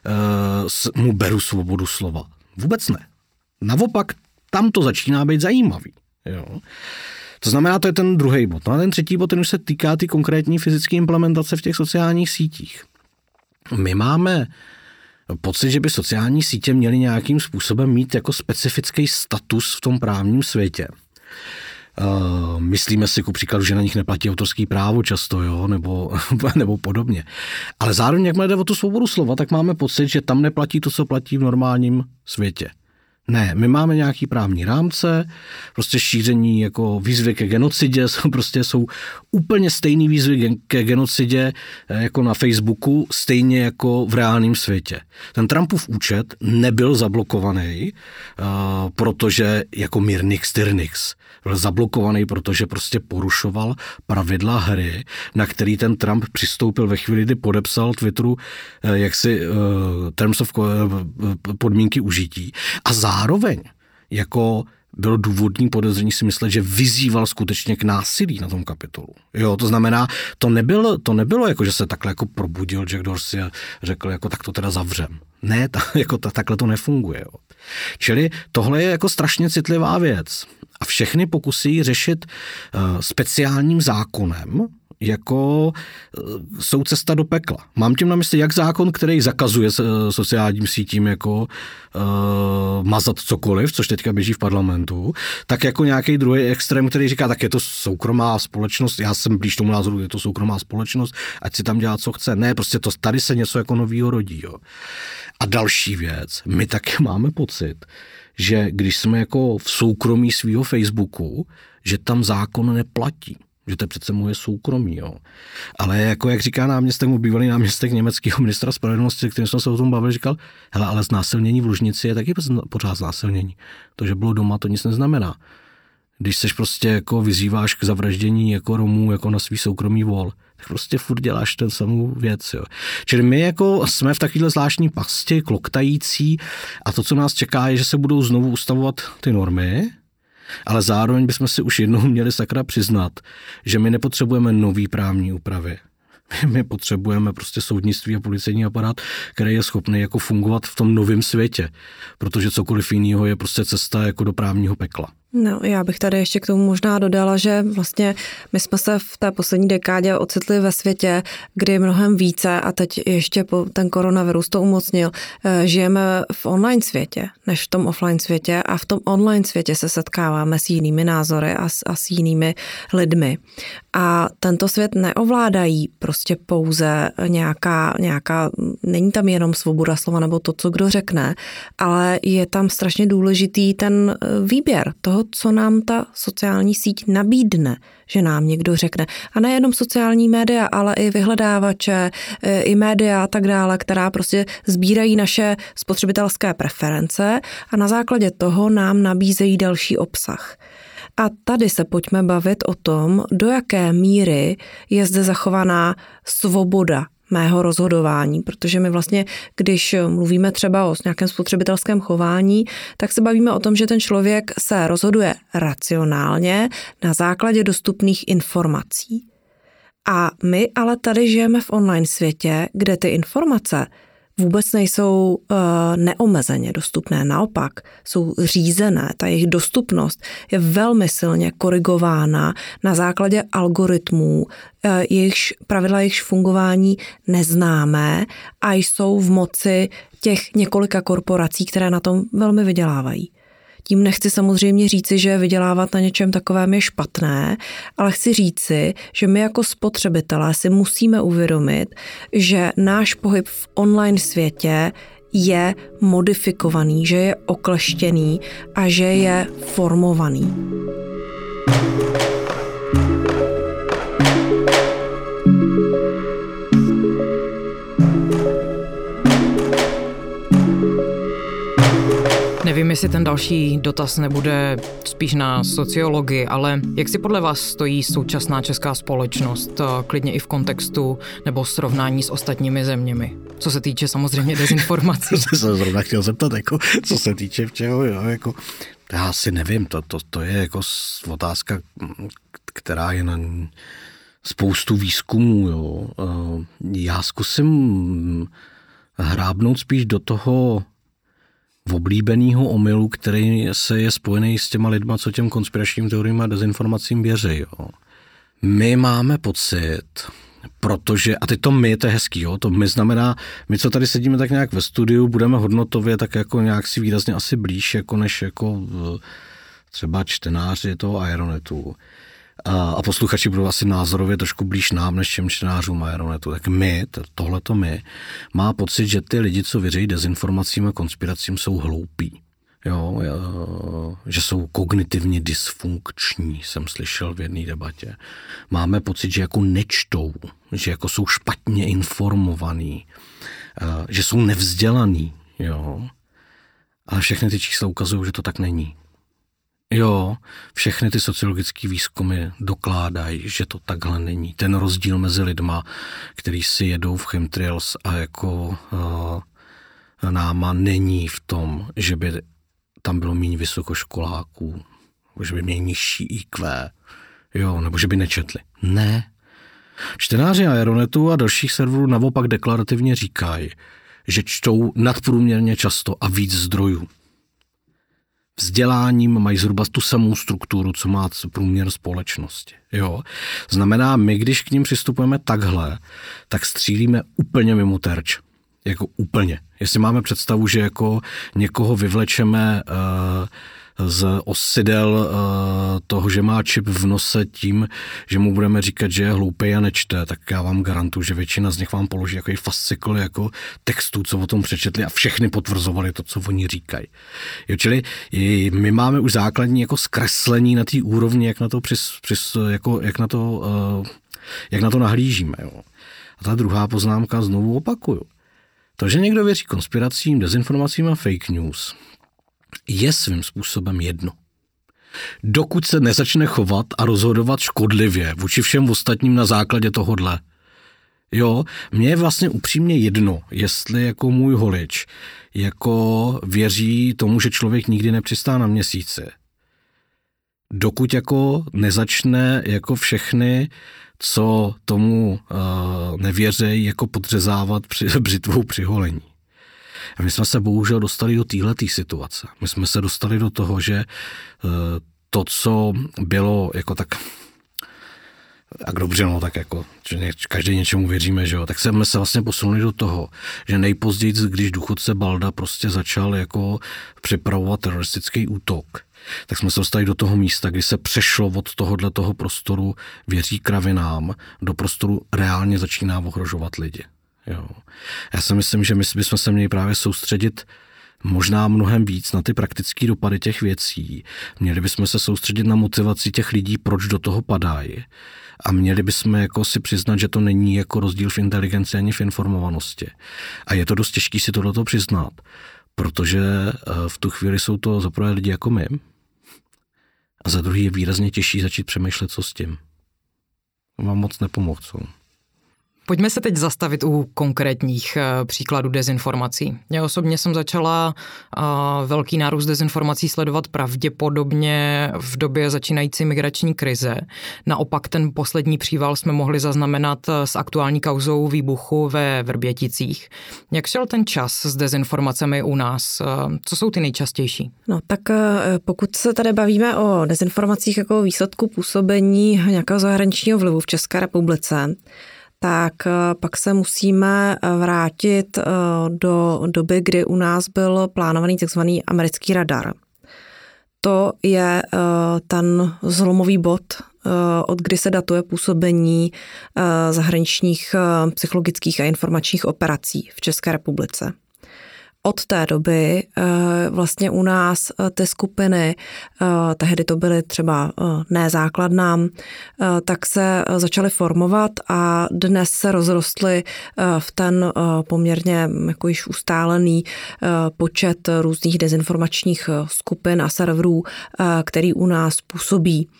mu beru svobodu slova. Vůbec ne. Naopak, tam to začíná být zajímavý. Jo. To znamená, to je ten druhý bod. No a ten třetí bod, ten už se týká ty konkrétní fyzické implementace v těch sociálních sítích. My máme pocit, že by sociální sítě měly nějakým způsobem mít jako specifický status v tom právním světě. Myslíme si ku příkladu, že na nich neplatí autorský právo často, jo, nebo podobně. Ale zároveň, jakmile jde o tu svobodu slova, tak máme pocit, že tam neplatí to, co platí v normálním světě. Ne, my máme nějaký právní rámce, prostě šíření jako výzvy ke genocidě, jsou úplně stejný výzvy ke genocidě jako na Facebooku, stejně jako v reálném světě. Ten Trumpův účet nebyl zablokovaný, protože jako Mirnix Tyrnix. Byl zablokovaný, protože prostě porušoval pravidla hry, na který ten Trump přistoupil ve chvíli, kdy podepsal Twitteru jaksi terms of podmínky užití. A zároveň jako bylo důvodný podezření si myslet, že vyzýval skutečně k násilí na tom Kapitolu. Jo, to znamená, to nebylo jako, že se takhle jako probudil Jack Dorsey a řekl, jako tak to teda zavřem. Ne, takhle to nefunguje. Jo. Čili tohle je jako strašně citlivá věc. A všechny pokusí řešit speciálním zákonem, jako jsou cesta do pekla. Mám tím na mysli jak zákon, který zakazuje sociálním sítím jako mazat cokoliv, což teďka běží v parlamentu, tak jako nějaký druhý extrém, který říká, tak je to soukromá společnost, já jsem blíž tomu názoru, je to soukromá společnost, ať si tam dělá, co chce. Ne, prostě tady se něco jako novýho rodí. Jo. A další věc, my taky máme pocit, že když jsme jako v soukromí svýho Facebooku, že tam zákon neplatí. Že to je přece moje soukromí, jo. Ale jako jak říká bývalý náměstek německého ministra spravedlnosti, kterým jsme se o tom bavili, říkal, hele, ale znásilnění v Lužnici je taky pořád znásilnění. To, že bylo doma, to nic neznamená. Když seš prostě jako vyzýváš k zavraždění jako Romů jako na svý soukromý vol, tak prostě furt děláš ten samou věc. Jo. Čili my jako jsme v takovéhle zvláštní pasti, kloktající, a to, co nás čeká, je, že se budou znovu ustavovat ty normy, ale zároveň bychom si už jednou měli sakra přiznat, že my nepotřebujeme nový právní úpravy. My potřebujeme prostě soudnictví a policejní aparát, který je schopný jako fungovat v tom novém světě, protože cokoliv jiného je prostě cesta jako do právního pekla. No, já bych tady ještě k tomu možná dodala, že vlastně my jsme se v té poslední dekádě ocitli ve světě, kdy mnohem více, a teď ještě ten koronavirus to umocnil, žijeme v online světě, než v tom offline světě, a v tom online světě se setkáváme s jinými názory a s jinými lidmi. A tento svět neovládají prostě pouze nějaká, není tam jenom svoboda slova nebo to, co kdo řekne, ale je tam strašně důležitý ten výběr toho, co nám ta sociální síť nabídne, že nám někdo řekne. A nejenom sociální média, ale i vyhledávače, i média a tak dále, která prostě sbírají naše spotřebitelské preference a na základě toho nám nabízejí další obsah. A tady se pojďme bavit o tom, do jaké míry je zde zachovaná svoboda mého rozhodování, protože my vlastně, když mluvíme třeba o nějakém spotřebitelském chování, tak se bavíme o tom, že ten člověk se rozhoduje racionálně na základě dostupných informací. A my ale tady žijeme v online světě, kde ty informace vůbec nejsou neomezeně dostupné, naopak jsou řízené. Ta jejich dostupnost je velmi silně korigována na základě algoritmů, pravidla jejichž fungování neznámé a jsou v moci těch několika korporací, které na tom velmi vydělávají. Tím nechci samozřejmě říci, že vydělávat na něčem takovém je špatné, ale chci říci, že my jako spotřebitelé si musíme uvědomit, že náš pohyb v online světě je modifikovaný, že je okleštěný a že je formovaný. Nevím, jestli ten další dotaz nebude spíš na sociologii, ale jak si podle vás stojí současná česká společnost, klidně i v kontextu nebo srovnání s ostatními zeměmi? Co se týče samozřejmě dezinformací. To jsem zrovna chtěl zeptat, jako, co se týče všeho, jo, jako, já si nevím, to je jako otázka, která je na spoustu výzkumů, jo. Já zkusím hrábnout spíš do toho oblíbenýho omylu, který se je spojený s těma lidma, co těm konspiračním teoriím a dezinformacím věří. Jo. My máme pocit, protože, a teď to my, to je hezký, jo, to my znamená, my, co tady sedíme tak nějak ve studiu, budeme hodnotově tak jako nějak si výrazně asi blíž, jako než jako třeba čtenáři toho Aeronetu. A posluchači budou asi názorově trošku blíž nám, než těm čtenářům Aeronetu. Tak my, tohleto my, má pocit, že ty lidi, co věří dezinformacím a konspiracím, jsou hloupí. Jo, že jsou kognitivně dysfunkční, jsem slyšel v jedné debatě. Máme pocit, že jako nečtou, že jako jsou špatně informovaní, že jsou nevzdělaní. Jo. Ale všechny ty čísla ukazují, že to tak není. Jo, všechny ty sociologické výzkumy dokládají, že to takhle není. Ten rozdíl mezi lidma, který si jedou v chemtrails a jako náma, není v tom, že by tam bylo méně vysokoškoláků, že by měli nižší IQ, jo, nebo že by nečetli. Ne. Čtenáři Aeronetu a dalších serverů naopak deklarativně říkají, že čtou nadprůměrně často a víc zdrojů. Vzděláním mají zhruba tu samou strukturu, co má průměr společnosti. Jo? Znamená, my, když k ním přistupujeme takhle, tak střílíme úplně mimo terč. Jako úplně. Jestli máme představu, že jako někoho vyvlečeme z osidel toho, že má čip v nose tím, že mu budeme říkat, že je hloupej a nečte, tak já vám garantuju, že většina z nich vám položí jako fascikl jako textů, co o tom přečetli a všechny potvrzovali to, co oni říkají. Jo, čili my máme už základní jako zkreslení na té úrovni, jak na to nahlížíme. Jo. A ta druhá poznámka znovu opakuju. To, že někdo věří konspiracím, dezinformacím a fake news, je svým způsobem jedno. Dokud se nezačne chovat a rozhodovat škodlivě vůči všem ostatním na základě tohodle. Jo, mně je vlastně upřímně jedno, jestli jako můj holič jako věří tomu, že člověk nikdy nepřistá na měsíci. Dokud jako nezačne jako všechny, co tomu nevěří, jako podřezávat břitvou při holení. A my jsme se bohužel dostali do téhletý situace. My jsme se dostali do toho, že to, co bylo jako tak, a dobře, no tak jako, že každý něčemu věříme, že jo, tak jsme se vlastně posunuli do toho, že nejpozději, když důchodce Balda prostě začal jako připravovat teroristický útok, tak jsme se dostali do toho místa, kdy se přešlo od toho prostoru věří kravinám do prostoru reálně začíná ohrožovat lidi. Jo. Já si myslím, že my bychom se měli právě soustředit možná mnohem víc na ty praktické dopady těch věcí. Měli bychom se soustředit na motivaci těch lidí, proč do toho padají. A měli bychom jako si přiznat, že to není jako rozdíl v inteligenci ani v informovanosti. A je to dost těžké si tohleto přiznat, protože v tu chvíli jsou to za prvé lidi jako my a za druhý je výrazně těžší začít přemýšlet, co s tím. Vám moc nepomohl, co? Pojďme se teď zastavit u konkrétních příkladů dezinformací. Já osobně jsem začala velký nárůst dezinformací sledovat pravděpodobně v době začínající migrační krize. Naopak ten poslední příval jsme mohli zaznamenat s aktuální kauzou výbuchu ve Vrběticích. Jak šel ten čas s dezinformacemi u nás? Co jsou ty nejčastější? No tak pokud se tady bavíme o dezinformacích jako výsledku působení nějakého zahraničního vlivu v České republice, tak pak se musíme vrátit do doby, kdy u nás byl plánovaný takzvaný americký radar. To je ten zlomový bod, od kdy se datuje působení zahraničních psychologických a informačních operací v České republice. Od té doby vlastně u nás ty skupiny, tehdy to byly třeba nezákladnám, tak se začaly formovat a dnes se rozrostly v ten poměrně jako již ustálený počet různých dezinformačních skupin a serverů, který u nás působí.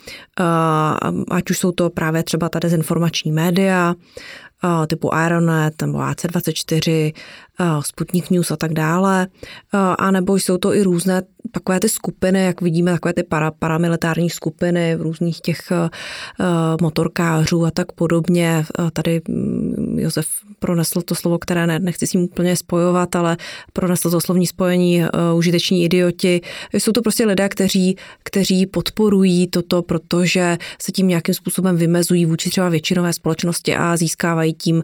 Ať už jsou to právě třeba ta dezinformační média, typu Aeronet nebo AC24, Sputnik News a tak dále. A nebo jsou to i různé takové ty skupiny, jak vidíme, takové ty paramilitární skupiny v různých těch motorkářů a tak podobně. Tady Josef pronesl to slovo, které nechci s ním úplně spojovat, ale pronesl to slovní spojení užiteční idioti. Jsou to prostě lidé, kteří podporují toto, protože se tím nějakým způsobem vymezují vůči třeba většinové společnosti a získávají tím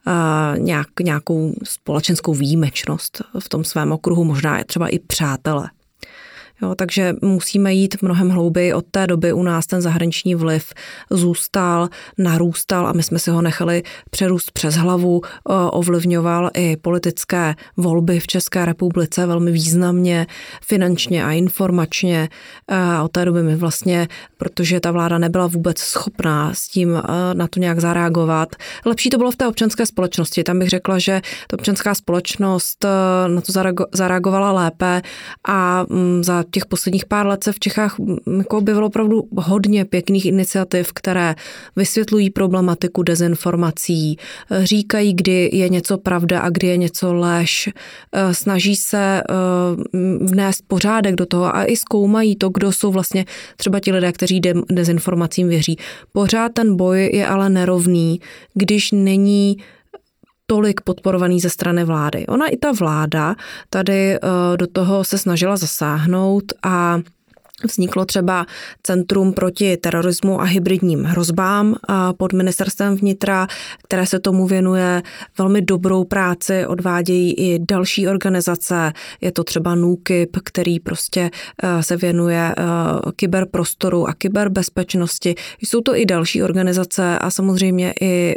nějakou společenskou výjimečnost v tom svém okruhu, možná třeba i přátele. Jo, takže musíme jít mnohem hlouběji. Od té doby u nás ten zahraniční vliv zůstal, narůstal a my jsme si ho nechali přerůst přes hlavu. Ovlivňoval i politické volby v České republice velmi významně, finančně a informačně. A od té doby my vlastně, protože ta vláda nebyla vůbec schopná s tím na to nějak zareagovat. Lepší to bylo v té občanské společnosti. Tam bych řekla, že ta občanská společnost na to zareagovala lépe a za těch posledních pár let se v Čechách jako objevilo opravdu hodně pěkných iniciativ, které vysvětlují problematiku dezinformací, říkají, kdy je něco pravda a kdy je něco lež, snaží se vnést pořádek do toho a i zkoumají to, kdo jsou vlastně třeba ti lidé, kteří dezinformacím věří. Pořád ten boj je ale nerovný, když není tolik podporovaný ze strany vlády. Ona i ta vláda tady do toho se snažila zasáhnout a vzniklo třeba Centrum proti terorismu a hybridním hrozbám pod ministerstvem vnitra, které se tomu věnuje. Velmi dobrou práci odvádějí i další organizace. Je to třeba NÚKIB, který prostě se věnuje kyberprostoru a kyberbezpečnosti. Jsou to i další organizace a samozřejmě i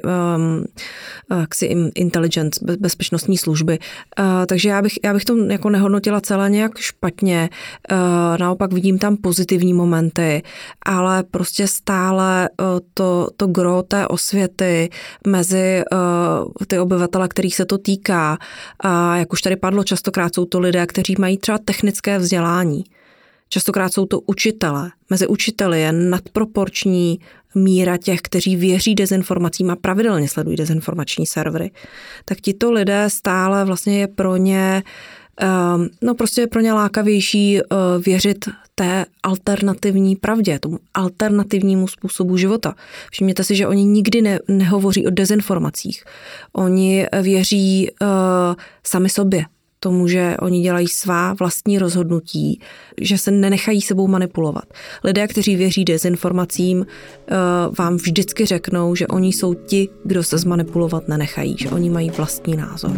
intelligence, bezpečnostní služby. Takže já bych to jako nehodnotila celé nějak špatně. Naopak vidím tam pozitivní momenty, ale prostě stále to gro té osvěty mezi ty obyvatele, kterých se to týká, a jak už tady padlo častokrát, jsou to lidé, kteří mají třeba technické vzdělání. Častokrát jsou to učitelé. Mezi učiteli je nadproporční míra těch, kteří věří dezinformacím a pravidelně sledují dezinformační servery. Tak tito lidé stále vlastně je pro ně prostě je pro ně lákavější věřit té alternativní pravdě, tomu alternativnímu způsobu života. Všimněte si, že oni nikdy nehovoří o dezinformacích. Oni věří sami sobě, tomu, že oni dělají svá vlastní rozhodnutí, že se nenechají sebou manipulovat. Lidé, kteří věří dezinformacím, vám vždycky řeknou, že oni jsou ti, kdo se zmanipulovat nenechají, že oni mají vlastní názor.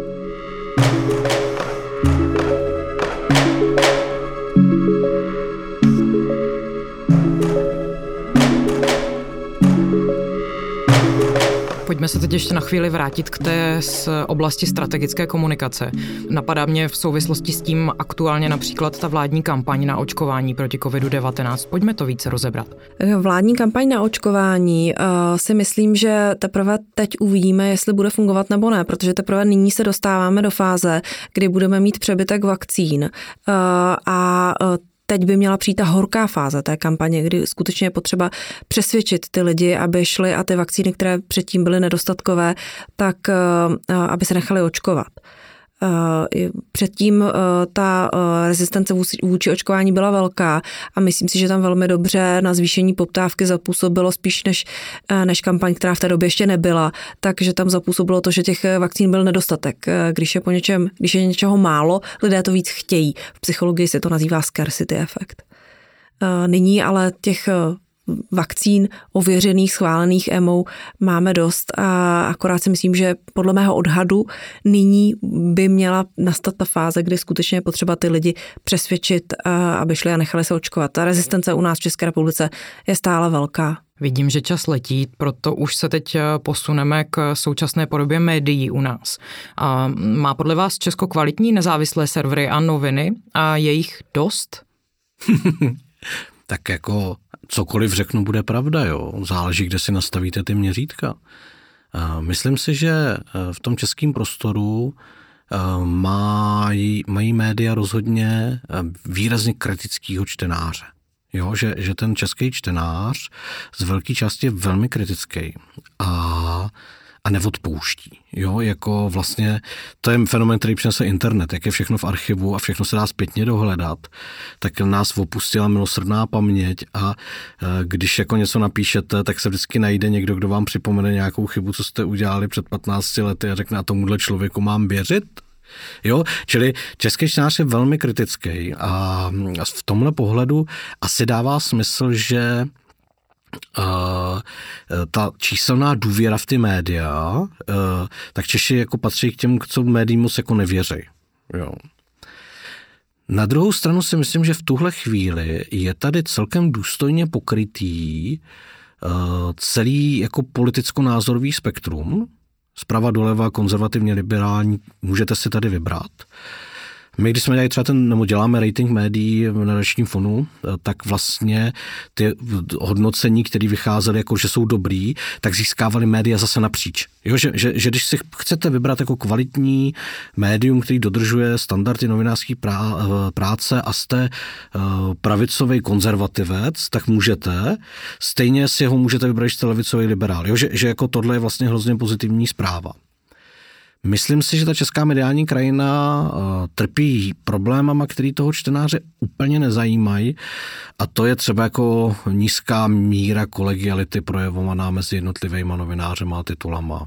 Pojďme se teď ještě na chvíli vrátit k té oblasti strategické komunikace. Napadá mě v souvislosti s tím aktuálně například ta vládní kampaň na očkování proti COVID-19. Pojďme to více rozebrat. Vládní kampaň na očkování si myslím, že teprve teď uvidíme, jestli bude fungovat nebo ne, protože teprve nyní se dostáváme do fáze, kdy budeme mít přebytek vakcín a teď by měla přijít ta horká fáze té kampaně, kdy skutečně je potřeba přesvědčit ty lidi, aby šli a ty vakcíny, které předtím byly nedostatkové, tak aby se nechali očkovat. Předtím ta rezistence vůči očkování byla velká a myslím si, že tam velmi dobře na zvýšení poptávky zapůsobilo spíš než kampaň, která v té době ještě nebyla, takže tam zapůsobilo to, že těch vakcín byl nedostatek. Když je něčeho málo, lidé to víc chtějí. V psychologii se to nazývá scarcity efekt. Nyní ale těch vakcín ověřených, schválených EMA máme dost a akorát si myslím, že podle mého odhadu nyní by měla nastat ta fáze, kdy skutečně je potřeba ty lidi přesvědčit, aby šli a nechali se očkovat. Ta rezistence u nás v České republice je stále velká. Vidím, že čas letí, proto už se teď posuneme k současné podobě médií u nás. Má podle vás Česko kvalitní nezávislé servery a noviny a je jich dost? Tak jako cokoliv řeknu, bude pravda, jo. Záleží, kde si nastavíte ty měřítka. Myslím si, že v tom českém prostoru mají média rozhodně výrazně kritického čtenáře. Jo, že ten český čtenář z velké části je velmi kritický a neodpouští. Jo, jako vlastně to je fenomén, který přinese internet, jak je všechno v archivu a všechno se dá zpětně dohledat, tak nás opustila milosrdná paměť a když jako něco napíšete, tak se vždycky najde někdo, kdo vám připomene nějakou chybu, co jste udělali před 15 lety a řekne, a tomuhle člověku mám věřit? Jo, čili český čtenář je velmi kritický a v tomhle pohledu asi dává smysl, že ta číselná důvěra v ty média, tak Češi jako patří k těm, co médiím moc jako nevěří. Jo. Na druhou stranu si myslím, že v tuhle chvíli je tady celkem důstojně pokrytý celý jako politicko-názorový spektrum, zprava doleva, konzervativně liberální, můžete si tady vybrat. My, když jsme děláme rating médií v nadačním fonu, tak vlastně ty hodnocení, které vycházely jako, že jsou dobrý, tak získávaly média zase napříč. Jo, že když si chcete vybrat jako kvalitní médium, který dodržuje standardy novinářské práce a jste pravicový konzervativec, tak můžete. Stejně si ho můžete vybrat, když jste levicový liberál. Jo, že jako tohle je vlastně hrozně pozitivní zpráva. Myslím si, že ta česká mediální krajina trpí problémama, který toho čtenáře úplně nezajímají, a to je třeba jako nízká míra kolegiality projevovaná mezi jednotlivými novinářema a titulama.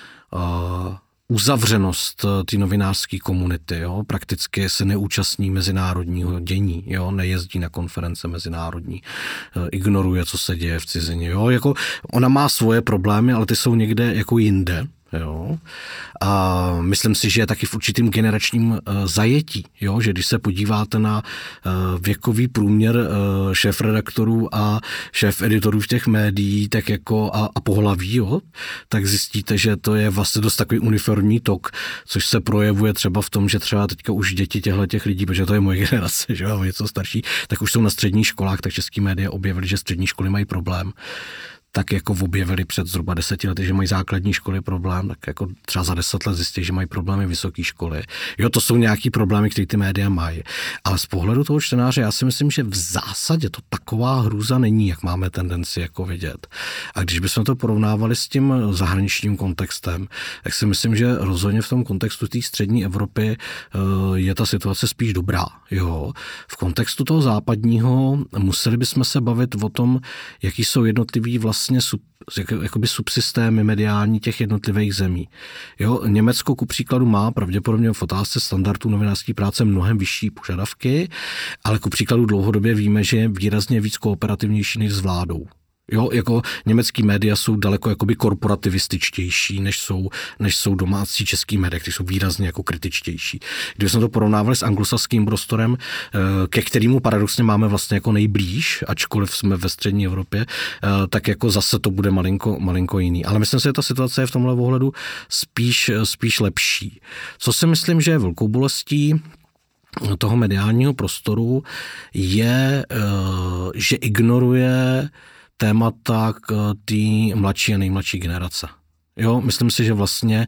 Uzavřenost té novinářské komunity, jo, prakticky se neúčastní mezinárodního dění, jo, nejezdí na konference mezinárodní, ignoruje, co se děje v cizině, jo, jako ona má svoje problémy, ale ty jsou někde jako jinde. Jo. A myslím si, že je taky v určitým generačním zajetí, jo? Že když se podíváte na věkový průměr šéfredaktorů a šéfeditorů v těch médií, tak jako a pohlaví, jo? Tak zjistíte, že to je vlastně dost takový uniformní tok, což se projevuje třeba v tom, že třeba teďka už děti těch lidí, protože to je moje generace, že jo, něco starší, tak už jsou na středních školách, tak český média objevili, že střední školy mají problém. tak jako objevili před zhruba 10 lety, že mají základní školy problém, tak jako třeba za 10 let zjistí, že mají problémy vysoké školy. Jo, to jsou nějaký problémy, které ty média mají. Ale z pohledu toho čtenáře, já si myslím, že v zásadě to taková hrůza není, jak máme tendenci jako vidět. A když bychom to porovnávali s tím zahraničním kontextem, tak si myslím, že rozhodně v tom kontextu té střední Evropy je ta situace spíš dobrá. Jo. V kontextu toho západního museli bychom se bavit o tom, jaký jsou jednotlivý vlastně jakoby subsystémy mediální těch jednotlivých zemí. Jo, Německo ku příkladu má pravděpodobně v otázce standardů novinářské práce mnohem vyšší požadavky, ale ku příkladu dlouhodobě víme, že je výrazně víc kooperativnější než s vládou. Jo, jako německý média jsou daleko jakoby korporativističtější, než jsou domácí český média, které jsou výrazně jako kritičtější. Kdybychom to porovnávali s anglosaským prostorem, ke kterému paradoxně máme vlastně jako nejblíž, ačkoliv jsme ve střední Evropě, tak jako zase to bude malinko jiný. Ale myslím si, že ta situace je v tomhle ohledu spíš lepší. Co si myslím, že je velkou bolestí toho mediálního prostoru, je, že ignoruje témata k té mladší a nejmladší generace. Jo, myslím si, že vlastně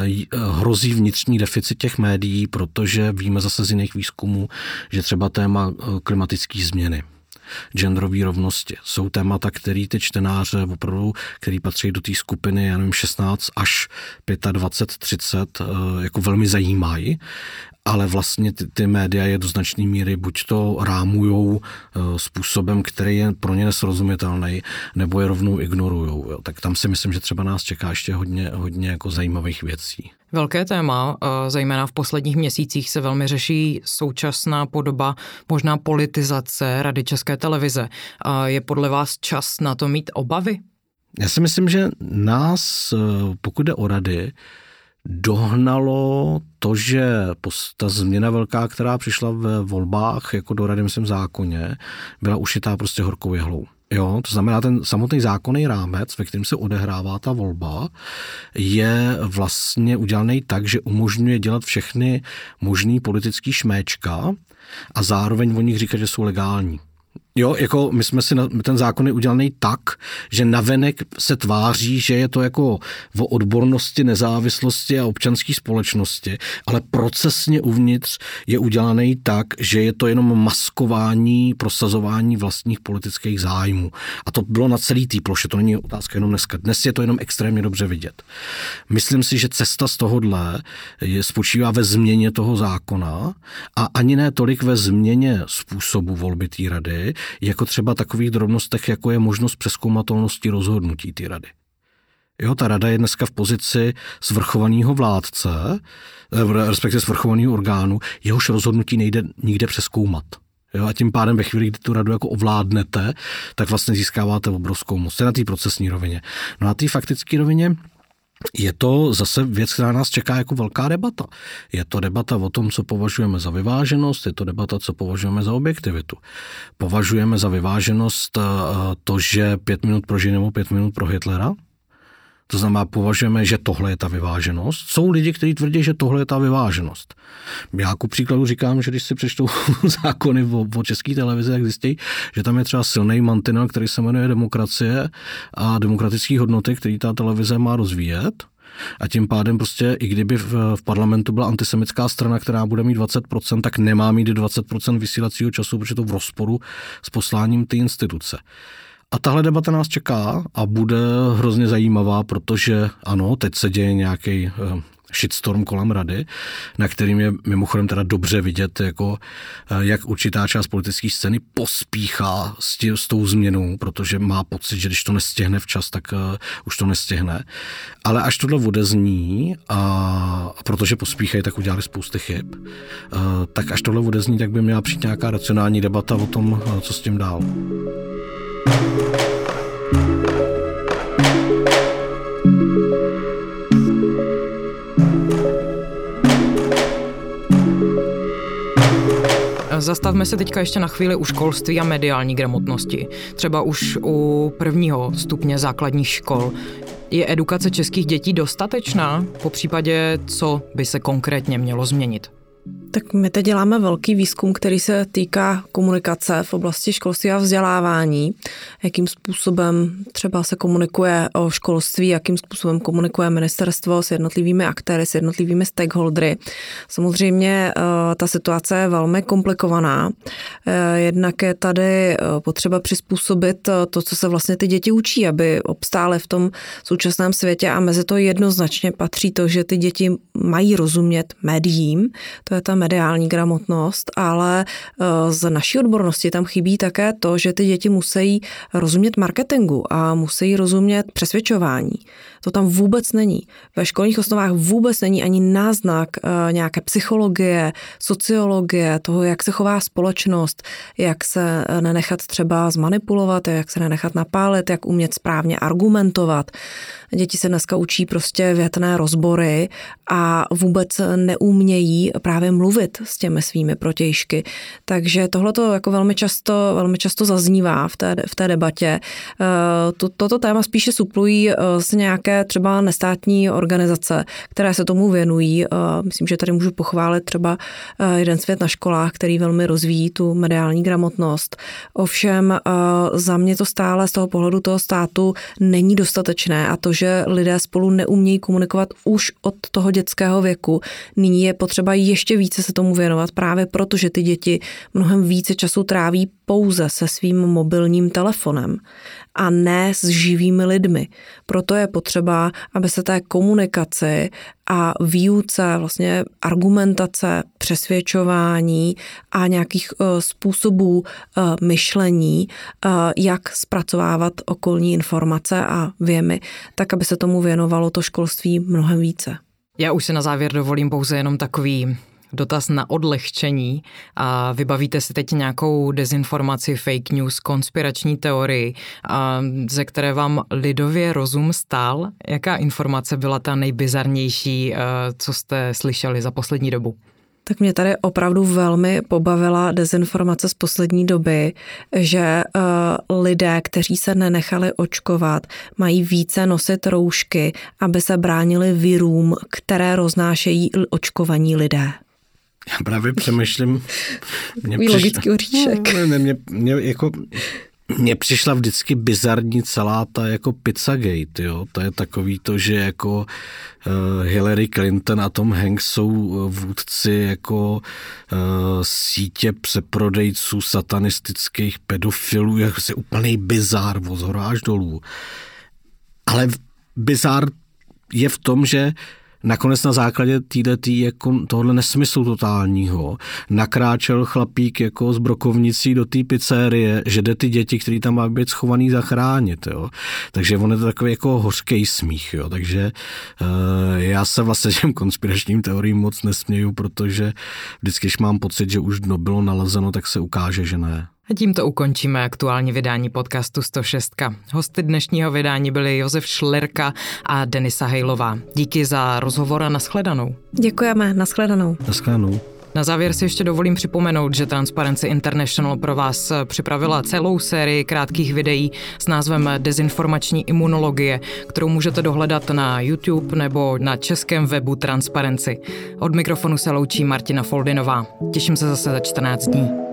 hrozí vnitřní deficit těch médií, protože víme zase z jiných výzkumů, že třeba téma klimatické změny, genderové rovnosti jsou témata, které ty čtenáře opravdu, který patří do té skupiny, já nevím, 16 až 25, 30, jako velmi zajímají. Ale vlastně ty média je do značné míry buď to rámujou způsobem, který je pro ně nesrozumitelný, nebo je rovnou ignorujou. Jo. Tak tam si myslím, že třeba nás čeká ještě hodně jako zajímavých věcí. Velké téma, zejména v posledních měsících se velmi řeší současná podoba, možná politizace Rady České televize. Je podle vás čas na to mít obavy? Já si myslím, že nás, pokud jde o rady, dohnalo to, že ta změna velká, která přišla ve volbách, jako do rady, myslím, zákoně, byla ušitá prostě horkou jehlou. Jo, to znamená, ten samotný zákonný rámec, ve kterém se odehrává ta volba, je vlastně udělaný tak, že umožňuje dělat všechny možný politický šméčka a zároveň o nich říkat, že jsou legální. Jo, jako my jsme si ten zákon je udělaný tak, že navenek se tváří, že je to jako o odbornosti, nezávislosti a občanské společnosti, ale procesně uvnitř je udělaný tak, že je to jenom maskování, prosazování vlastních politických zájmů. A to bylo na celý té ploše, to není otázka jenom dneska. Dnes je to jenom extrémně dobře vidět. Myslím si, že cesta z tohohle spočívá ve změně toho zákona a ani ne tolik ve změně způsobu volby té rady, jako třeba takových drobnostech, jako je možnost přezkoumatelnosti rozhodnutí té rady. Jo, ta rada je dneska v pozici svrchovaného vládce, respektive svrchovaného orgánu, jehož rozhodnutí nejde nikde přezkoumat. Jo, a tím pádem ve chvíli, kdy tu radu jako ovládnete, tak vlastně získáváte obrovskou moc. To je na té procesní rovině. No na té faktické rovině je to zase věc, která nás čeká jako velká debata. Je to debata o tom, co považujeme za vyváženost, je to debata, co považujeme za objektivitu. Považujeme za vyváženost to, že 5 minut pro ženy nebo 5 minut pro Hitlera? To znamená, považujeme, že tohle je ta vyváženost. Jsou lidi, kteří tvrdí, že tohle je ta vyváženost. Já ku příkladu říkám, že když si přečtou zákony o České televizi, tak zjistí, že tam je třeba silný mantinel, který se jmenuje demokracie a demokratické hodnoty, který ta televize má rozvíjet. A tím pádem prostě, i kdyby v parlamentu byla antisemitská strana, která bude mít 20%, tak nemá mít 20% vysílacího času, protože to v rozporu s posláním té instituce. A tahle debata nás čeká a bude hrozně zajímavá, protože ano, teď se děje nějaký shitstorm kolem rady, na kterým je mimochodem teda dobře vidět, jako, jak určitá část politické scény pospíchá s tou změnou, protože má pocit, že když to nestihne včas, tak už to nestihne. Ale až tohle odezní, a protože pospíchají, tak udělali spousty chyb, tak až tohle odezní, tak by měla přijít nějaká racionální debata o tom, co s tím dál. Zastavme se teďka ještě na chvíli u školství a mediální gramotnosti. Třeba už u 1. stupně základních škol. Je edukace českých dětí dostatečná? Po případě, co by se konkrétně mělo změnit? Tak my teď děláme velký výzkum, který se týká komunikace v oblasti školství a vzdělávání. Jakým způsobem třeba se komunikuje o školství, jakým způsobem komunikuje ministerstvo s jednotlivými aktéry, s jednotlivými stakeholdery. Samozřejmě ta situace je velmi komplikovaná. Jednak je tady potřeba přizpůsobit to, co se vlastně ty děti učí, aby obstály v tom současném světě, a mezi to jednoznačně patří to, že ty děti mají rozumět médiím, to je ta mediální gramotnost, ale z naší odbornosti tam chybí také to, že ty děti musí rozumět marketingu a musí rozumět přesvědčování. To tam vůbec není. Ve školních osnovách vůbec není ani náznak nějaké psychologie, sociologie, toho, jak se chová společnost, jak se nenechat třeba zmanipulovat, jak se nenechat napálit, jak umět správně argumentovat. Děti se dneska učí prostě větné rozbory a vůbec neumějí právě mluvit s těmi svými protějšky. Takže tohleto jako velmi často zaznívá v té debatě. Toto téma spíše suplují z nějaké třeba nestátní organizace, které se tomu věnují. Myslím, že tady můžu pochválit třeba Jeden svět na školách, který velmi rozvíjí tu mediální gramotnost. Ovšem za mě to stále z toho pohledu toho státu není dostatečné, a to, že lidé spolu neumějí komunikovat už od toho dětského věku. Nyní je potřeba ještě více se tomu věnovat, právě proto, že ty děti mnohem více času tráví pouze se svým mobilním telefonem a ne s živými lidmi. Proto je potřeba, aby se té komunikaci a výuce, vlastně argumentace, přesvědčování a nějakých způsobů myšlení, jak zpracovávat okolní informace a věmy, tak aby se tomu věnovalo to školství mnohem více. Já už si na závěr dovolím pouze jenom takový dotaz na odlehčení. A vybavíte si teď nějakou dezinformaci, fake news, konspirační teorii, ze které vám lidově rozum stál? Jaká informace byla ta nejbizarnější, co jste slyšeli za poslední dobu? Tak mě tady opravdu velmi pobavila dezinformace z poslední doby, že lidé, kteří se nenechali očkovat, mají více nosit roušky, aby se bránili virům, které roznášejí očkovaní lidé. Já právě přemýšlím. Logický oříšek. Mně přišla vždycky bizarní celá ta jako Pizzagate, jo. To je takový to, že jako Hillary Clinton a Tom Hanks jsou vůdci jako sítě přeprodejců satanistických pedofilů, jako se úplný bizár od zhora až dolů. Ale bizár je v tom, že nakonec na základě jako tohohle nesmyslu totálního nakráčel chlapík jako s brokovnicí do té pizzerie, že jde ty děti, který tam mají být schovaný, zachránit. Jo. Takže on je to takový jako hořký smích. Jo. Takže já se vlastně těm konspiračním teoriím moc nesměju, protože vždycky, když mám pocit, že už dno bylo nalezeno, tak se ukáže, že ne. A tímto ukončíme aktuální vydání podcastu 106. Hosty dnešního vydání byli Josef Šlerka a Denisa Hejlová. Díky za rozhovor a nashledanou. Děkujeme, nashledanou. Nashledanou. Na závěr si ještě dovolím připomenout, že Transparency International pro vás připravila celou sérii krátkých videí s názvem Dezinformační imunologie, kterou můžete dohledat na YouTube nebo na českém webu Transparency. Od mikrofonu se loučí Martina Foldinová. Těším se zase za 14 dní.